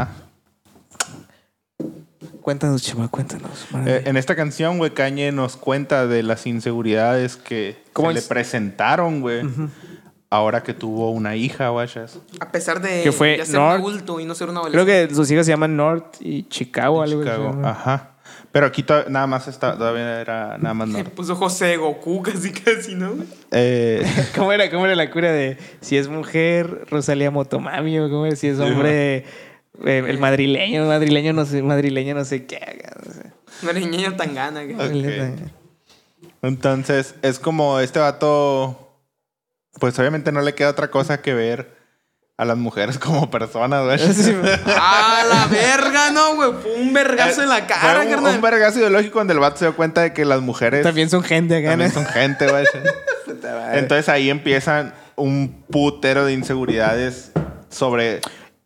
Cuéntanos, Chema, cuéntanos. Maravilla.
En esta canción, güey, Kanye nos cuenta de las inseguridades que
¿Cómo
se le
es?
presentaron, güey. Ahora que tuvo una hija, guachas.
A pesar de
Que fue
ya ser un
North.
adulto y no ser una
Creo
adolescente.
que sus hijos se llaman North y Chicago. Algo
Chicago.
así.
Ajá. Pero aquí nada más todavía era nada más no.
Puso José Goku casi, ¿no?
¿Cómo era la cura de si es mujer, Rosalía Motomami? O cómo era, si es hombre, el madrileño no sé qué haga. No sé.
Mariñeño Tangana. que-
Ok. Entonces, es como este vato, pues obviamente no le queda otra cosa que ver a las mujeres como personas, güey.
¡Ah, la verga, no, güey! Fue un vergazo en la cara,
Fue
carnal.
un vergazo ideológico donde el vato se dio cuenta de que las mujeres
También son gente acá, ¿no?
también son gente, güey. Entonces ahí empiezan un putero de inseguridades sobre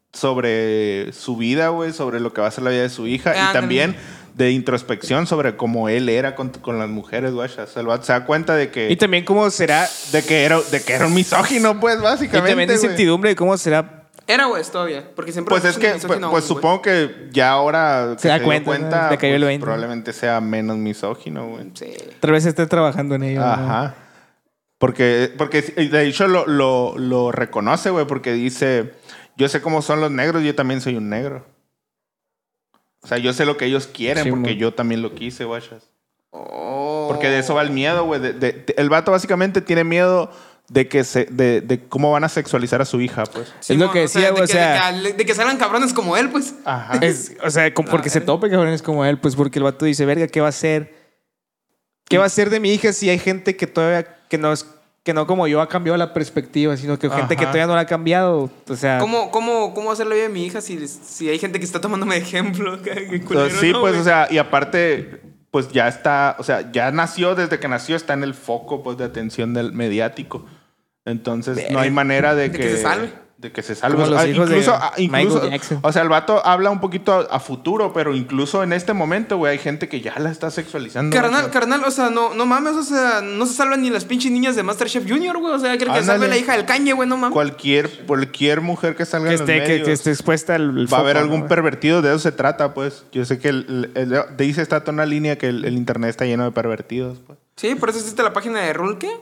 su vida, güey, sobre lo que va a ser la vida de su hija.
Ándale.
Y también de introspección sobre cómo él era con las mujeres, güey. O sea, el vato se da cuenta de que...
Y también cómo será...
De que era un misógino, pues,
Y
básicamente.
también de
güey.
incertidumbre de cómo será...
Era, güey, todavía. Porque siempre...
Pues es que, pues supongo que ya ahora que
Se da
dio
cuenta, ¿no? Le cayó el
pues,
20.
probablemente sea menos misógino, güey.
Sí.
Tal vez esté trabajando en ello. ¿no?
Ajá. Porque de hecho lo reconoce, güey, porque dice, yo sé cómo son los negros, yo también soy un negro. O sea, yo sé lo que ellos quieren
Sí,
porque
mo.
yo también lo quise, guachas.
Oh.
Porque de eso va el miedo, güey. El vato básicamente tiene miedo de que de cómo van a sexualizar a su hija, pues.
Es lo que decía, güey, o sea...
De que salgan cabrones como él, pues.
Ajá.
O sea, porque se tope cabrones como él, pues porque el vato dice, verga, ¿qué va a hacer? ¿Qué va a hacer de mi hija si hay gente que todavía, que no como yo ha cambiado la perspectiva, sino que gente que
Ajá.
todavía no la ha cambiado? O sea...
¿Cómo hacer la vida de mi hija si hay gente que está tomándome de ejemplo? Qué culero,
Sí,
¿no,
pues,
güey?
o sea, y aparte, pues ya está, o sea, ya nació, desde que nació está en el foco, pues, de atención del mediático. Entonces, no hay manera de que
se salve.
De que se salve.
Como los hijos de
incluso,
Michael Jackson.
o sea, el vato habla un poquito a futuro, pero incluso en este momento, güey, hay gente que ya la está sexualizando.
Carnal, o sea, no mames, o sea, no se salvan ni las pinches niñas de MasterChef Junior, güey. O sea, creo que
Ándale.
salve la hija del Kanye, güey, no mames.
Cualquier mujer que salga
que
en los
esté,
medios,
que esté expuesta al
va a
foco,
haber algún
¿no?
pervertido, de eso se trata, pues. Yo sé que dice esta una línea que el internet está lleno de pervertidos, pues.
Sí, por eso existe la página de Rule, ¿qué?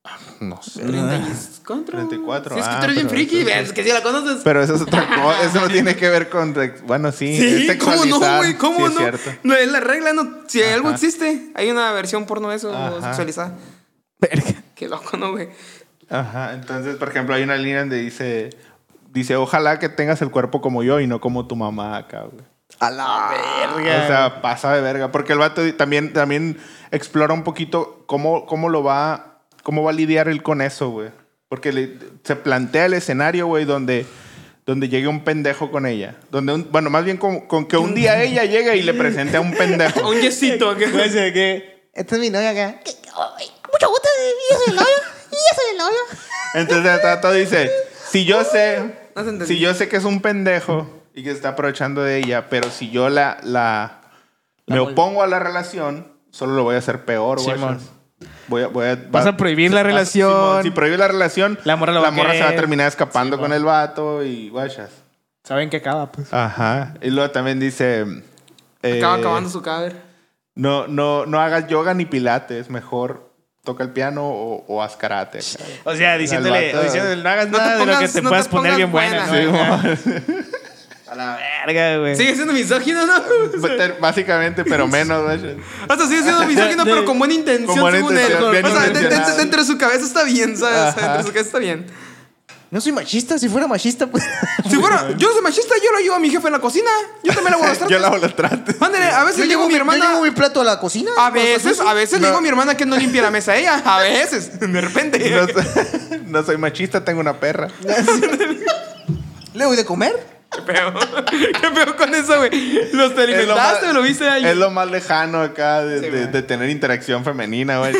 No sé.
34.
34.
Sí, es que tú eres bien
pero
friki,
eso
ves, que si la conoces.
Pero eso es otra cosa. Eso no tiene que ver con... Bueno, sí.
Sí,
es
¿cómo no,
sexualizar.
güey? ¿Cómo
Sí, es
no?
cierto.
No es la regla, no. Si algo
Ajá.
existe, hay una versión porno de eso
Ajá.
sexualizada.
Verga.
Qué loco, ¿no, güey?
Ajá. Entonces, por ejemplo, hay una línea donde dice, ojalá que tengas el cuerpo como yo y no como tu mamá acá, güey.
A la verga.
O sea, pasa de verga. Porque el vato también explora un poquito cómo va a lidiar él con eso, güey. Porque se plantea el escenario, güey, donde llegue un pendejo con ella. Bueno, más bien con que un día ella llegue y le presente a un pendejo.
Un yesito acá.
Puede ser que... Esta es mi novia acá.
Ay, mucho gusto, y yo soy el novio. Y yo soy el novio.
Entonces el vato dice, si yo
No se entendió.
sé que es un pendejo y que se está aprovechando de ella, pero si yo me opongo a la relación, solo lo voy a hacer peor, güey.
Simón.
Vas
a prohibir la relación.
Si prohíbe la relación,
La morra lo va a
se va a
querer.
terminar escapando con
Simón.
el vato y guachas.
Saben que acaba, pues.
Ajá. Y luego también dice...
Acaba acabando su cadáver.
No hagas yoga ni pilates. Mejor toca el piano o haz karate.
O sea, diciéndole,
vato.
no hagas
No te
nada de lo que
pongas-
te
no
puedas
te
poner
pongas
bien buena.
buena.
¿no?
Sí,
A la verga, güey.
Sigue siendo misógino, ¿no?
básicamente, pero menos, güey.
O sea, sigue siendo misógino, pero con buena intención,
Con buena
según
intención,
él.
bien
O sea,
intencionado.
dentro de su cabeza está bien, ¿sabes? O sea,
Ajá.
dentro de su cabeza está bien.
No soy machista. Si fuera machista, pues...
Si fuera, yo soy machista, yo lo ayudo a mi jefe en la cocina. Yo también le hago los
Yo
tratos.
lavo los tratos.
Ándale, a veces le digo a mi
Yo
hermana.
llevo mi plato a la cocina.
A veces le digo a mi hermana que no limpie la mesa a ella. A veces, de repente.
No soy machista, tengo una perra.
¿Le doy de comer?
¿Qué peor? ¿Qué peor con eso, güey? ¿Los te alimentaste o lo viste ahí?
Es lo más lejano acá de tener interacción femenina, güey.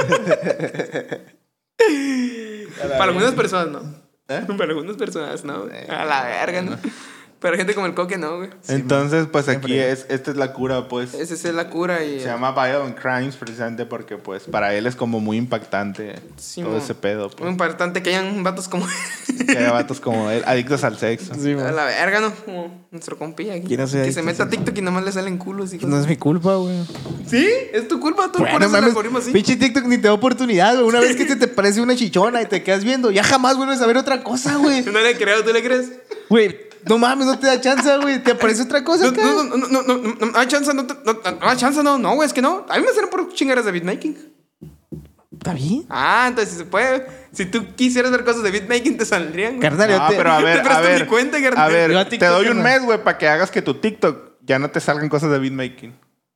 Para algunas personas, no.
¿Eh?
Para algunas personas, no. A la verga, ¿no? Pero hay gente como el Coque, no, güey.
Entonces, pues aquí esta es la cura, pues.
Esa es la cura y...
Se llama Violent Crimes precisamente porque, pues, para él es como muy impactante
Sí,
todo
mo.
ese pedo.
Muy
Pues.
importante que hayan vatos como...
Que haya vatos como él, adictos al sexo.
Sí,
A
man.
la verga, ¿no? Como nuestro compilla aquí.
¿Quién no sea
que se
adicto,
meta a TikTok y nomás le salen culos y
No es
cosas.
mi culpa, güey.
¿Sí? ¿Es tu culpa? ¿Tú
Bueno,
pones el
mames,
algoritmo así?
pinche TikTok ni te da oportunidad, güey. Una vez que te parece una chichona y te quedas viendo, ya jamás vuelves a ver otra cosa, güey.
No le creo, ¿tú le crees?
Güey, no mames, no te da chance, güey. Te aparece otra cosa acá.
No hay chance, no hay chance, no, güey, es que no. A mí me salen por chingaderas de beatmaking.
¿Está bien?
Ah, entonces si se puede. Si tú quisieras ver cosas de beatmaking, te saldrían, güey.
Carnal, yo
No,
te...
pero a
Te
ver,
presto mi cuenta, carnal.
a ver,
Yo a
te
TikTok,
doy un
carnal.
mes, güey, para que hagas que tu TikTok ya no te salgan cosas de beatmaking.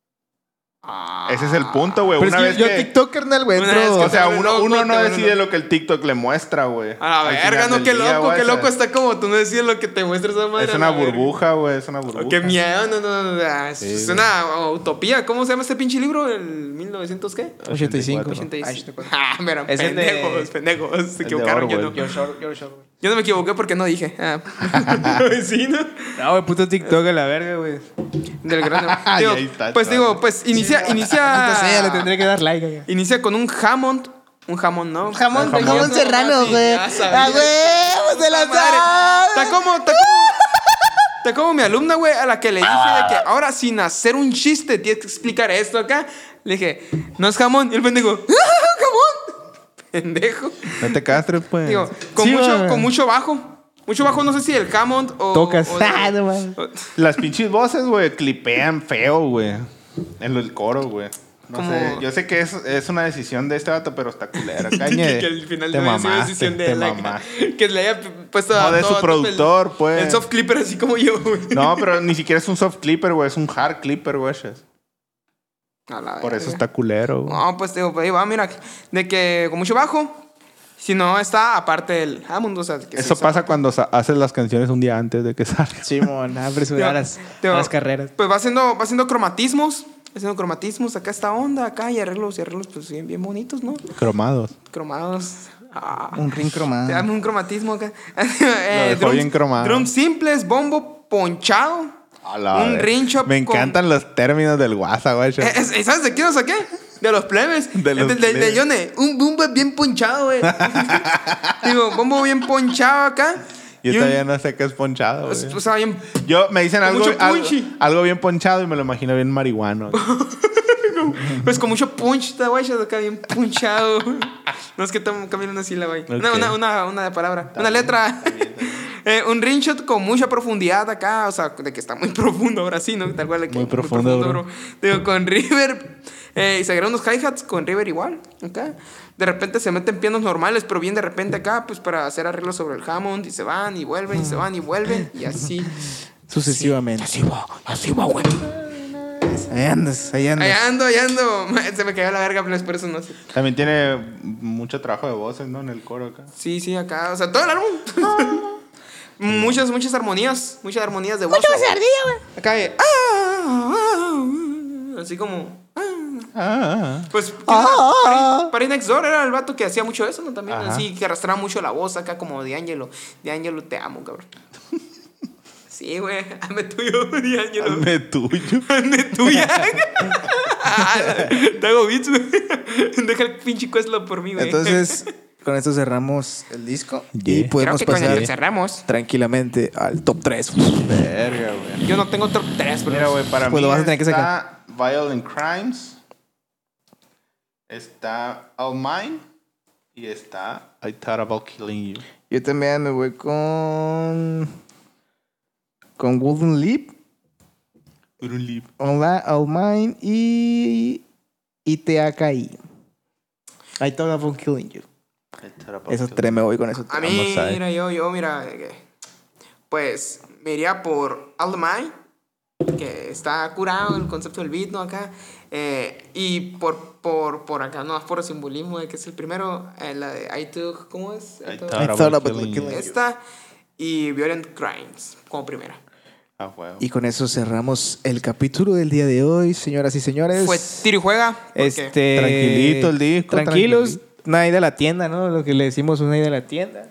Ese es el punto, güey.
Pero
Una
es
vez
que yo
que...
TikTok, carnal, güey,
Una
entro...
vez
O sea,
Te vuelves
uno
loco,
no
te vuelves
decide
loco.
lo que el TikTok le muestra, güey.
A la
Al
verga,
final
no,
del
qué
día,
loco,
güey,
qué
o sea,
loco está como tú no decías lo que te muestra esa madre.
Es
a
una
la verga.
burbuja, güey, es una burbuja.
Qué miedo, no. Es
Sí,
una utopía. ¿Cómo se llama este pinche libro? ¿El 1900 qué?
85.
85. Ah, mira,
Es el de-
pendejos. Se
de
equivocaron, yo no.
Orwell.
Yo no me equivoqué porque no dije. Ah. Sí, ¿no?
No, güey, puto TikTok a la verga, güey.
Del grano.
Y
Digo,
ahí está,
pues
chaval.
digo, pues inicia.
Entonces ya le tendré que dar like acá.
Inicia con un Hammond. Un jamón, ¿no?
Jamón,
jamón
jamón serrano,
Sí,
güey.
ya sabía.
¡Ah, güey! ¡Se la
Madre.
sabe!
Está como mi alumna, güey, a la que le dije de que ahora sin hacer un chiste tienes que explicar esto acá. Le dije, no es jamón. Y el pendejo, ¡ah, jamón! Pendejo.
No te castres, pues.
Digo,
Sí, güey.
con mucho bajo. Mucho bajo, no sé si el Hammond o...
Tocas.
o
Ah, no mames.
Las pinches voces, güey, clipean feo, güey. En el coro, güey. No
Como-
sé, yo sé que es una decisión de este vato, pero está culera.
que
Cañe.
al final
te
no haya sido
mamaste,
decisión de
te
él acá.
mamaste.
Que le haya puesto
No, de su
todo
productor,
el,
pues.
El soft clipper así como yo, güey.
No, pero ni siquiera es un soft clipper, güey. Es un hard clipper, güey.
A la
Por eso
verga.
está culero, güey.
No, pues digo, ahí va, mira, de que con mucho bajo, si no está aparte del Hammond, o sea, que
Eso
sí,
pasa cuando haces las canciones un día antes de que salgan.
Simón, apresurar
Digo,
las carreras.
Pues va haciendo cromatismos, acá esta onda, acá y arreglos, pues bien bonitos, ¿no?
Cromados.
Cromados. Ah,
Un ring cromado.
dame un cromatismo acá.
dejó bien cromado.
Drums simples, bombo ponchado.
A la
Un
verga.
ring shop
Me
con-
encantan los términos del WhatsApp, güey.
¿Sabes de quién lo saqué? De los plebes.
De los
de
plebes.
Yone. Un bombo bien ponchado, güey. Digo, bombo bien ponchado acá.
Yo
y un-
todavía no sé qué es ponchado, güey.
O sea, bien...
Yo me dicen
Con
algo,
mucho
algo,
punchy.
algo bien ponchado y me lo imagino bien marihuano.
Pues con mucho punch, está guay, acá bien punchado. No es que cambien una sílaba ahí.
Ok.
Una palabra. Una letra. Un ringshot con mucha profundidad acá, o sea, de que está muy profundo ahora sí, ¿no? Tal cual.
Muy profundo, bro.
Digo, con River, y se agregan unos hi-hats con River igual, acá. De repente se meten pianos normales, pero bien de repente acá, pues para hacer arreglos sobre el Hammond, y se van y vuelven, y se van y vuelven, y así.
Sucesivamente.
Así va, güey.
Ahí andas.
Ahí ando. Se me cayó la verga, pero es por eso no sé.
También tiene mucho trabajo de voces, ¿no? En el coro acá.
Sí, acá, o sea, todo el álbum. Muchas armonías de voz.
Mucho ardilla, güey.
Acá de... así como... Pues Party Next Door era el vato que hacía mucho eso, ¿no? También así que arrastraba mucho la voz acá como D'Angelo. D'Angelo, te amo, cabrón. Sí, güey. Hazme tuyo, D'Angelo.
Hazme tuyo.
Hazme tuya. Te hago beats, güey. Deja el pinche Questlove por mí, güey.
Entonces, con esto cerramos el disco.
Yeah.
Y podemos
creo que con
pasar
el cerramos.
tranquilamente al top 3.
Verga, güey.
Yo no tengo top 3, pero...
Mira, güey, para
Pues
mí
lo vas a tener que
está Violent Crimes, está All Mine y está I Thought About Killing You.
Yo también me voy con Golden Leap, All Mine y TAKI. I Thought About Killing You. Esos tres me voy con esos
A
tres.
mí,
Vamos a ver.
mira, yo, mira, pues me iría por All the Mine, que está curado el concepto del beat, ¿no? Acá. Y por acá, no, por el simbolismo de que es el primero, la de I Took, ¿cómo es?
I
I Thought About Killing You.
Esta, y Violent Crimes como primera.
Ah, huevo.
Y con eso cerramos el capítulo del día de hoy, señoras y señores.
Fue tiro y juega. porque
Tranquilito el disco,
Tranquilos.
tranquilito.
Una ida a la tienda, ¿no? Lo que le decimos, una ida a la tienda.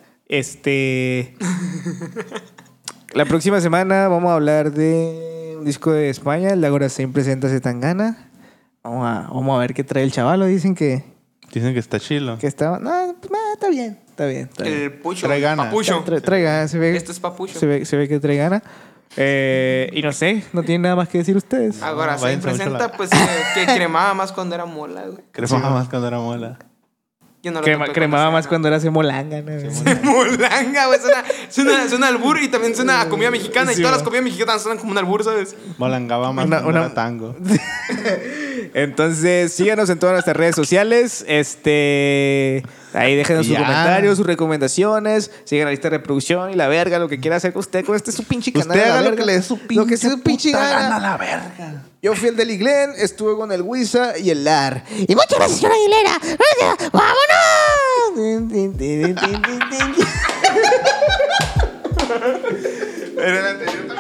La próxima semana vamos a hablar de un disco de España, el Agora Sein presenta Zetangana. Vamos a ver qué trae el chavalo. Dicen que
Dicen que está chilo.
estaba... No, pues, está bien.
El Pucho,
Trae gana.
Papucho.
Trae ganas, se ve,
Este es Papucho.
se ve que trae gana. Y no sé, no tienen nada más que decir ustedes.
Ahora
No,
se
váyanse mucho
presenta,
la-
pues, que cremaba más cuando era mola, güey.
Cremaba más cuando era mola.
Yo no lo topé
Cremaba
cuando
más cuando era semolanga, ¿no?
Molanga, güey. Suena albur y también suena a comida mexicana.
Sí,
y todas
va.
las comidas mexicanas suenan como un albur, ¿sabes?
Molangaba más
Una-
cuando
una-
era tango.
Entonces, síganos en todas nuestras redes sociales. Ahí déjenos sus
Ya.
comentarios, sus recomendaciones. Sigan la lista de reproducción y la verga, lo que quiera hacer con usted con este es su pinche canal.
Usted
a la
haga lo
verga.
que le dé su
Lo que sea su pinche
puta
gana.
gana, la verga.
Yo fui el del Iglen, estuve con el Wisa y el Lar.
Y muchas gracias, señora Aguilera. Gracias. ¡Vámonos!
Tin, tin, tin, tin, tin, tin.
Pero el anterior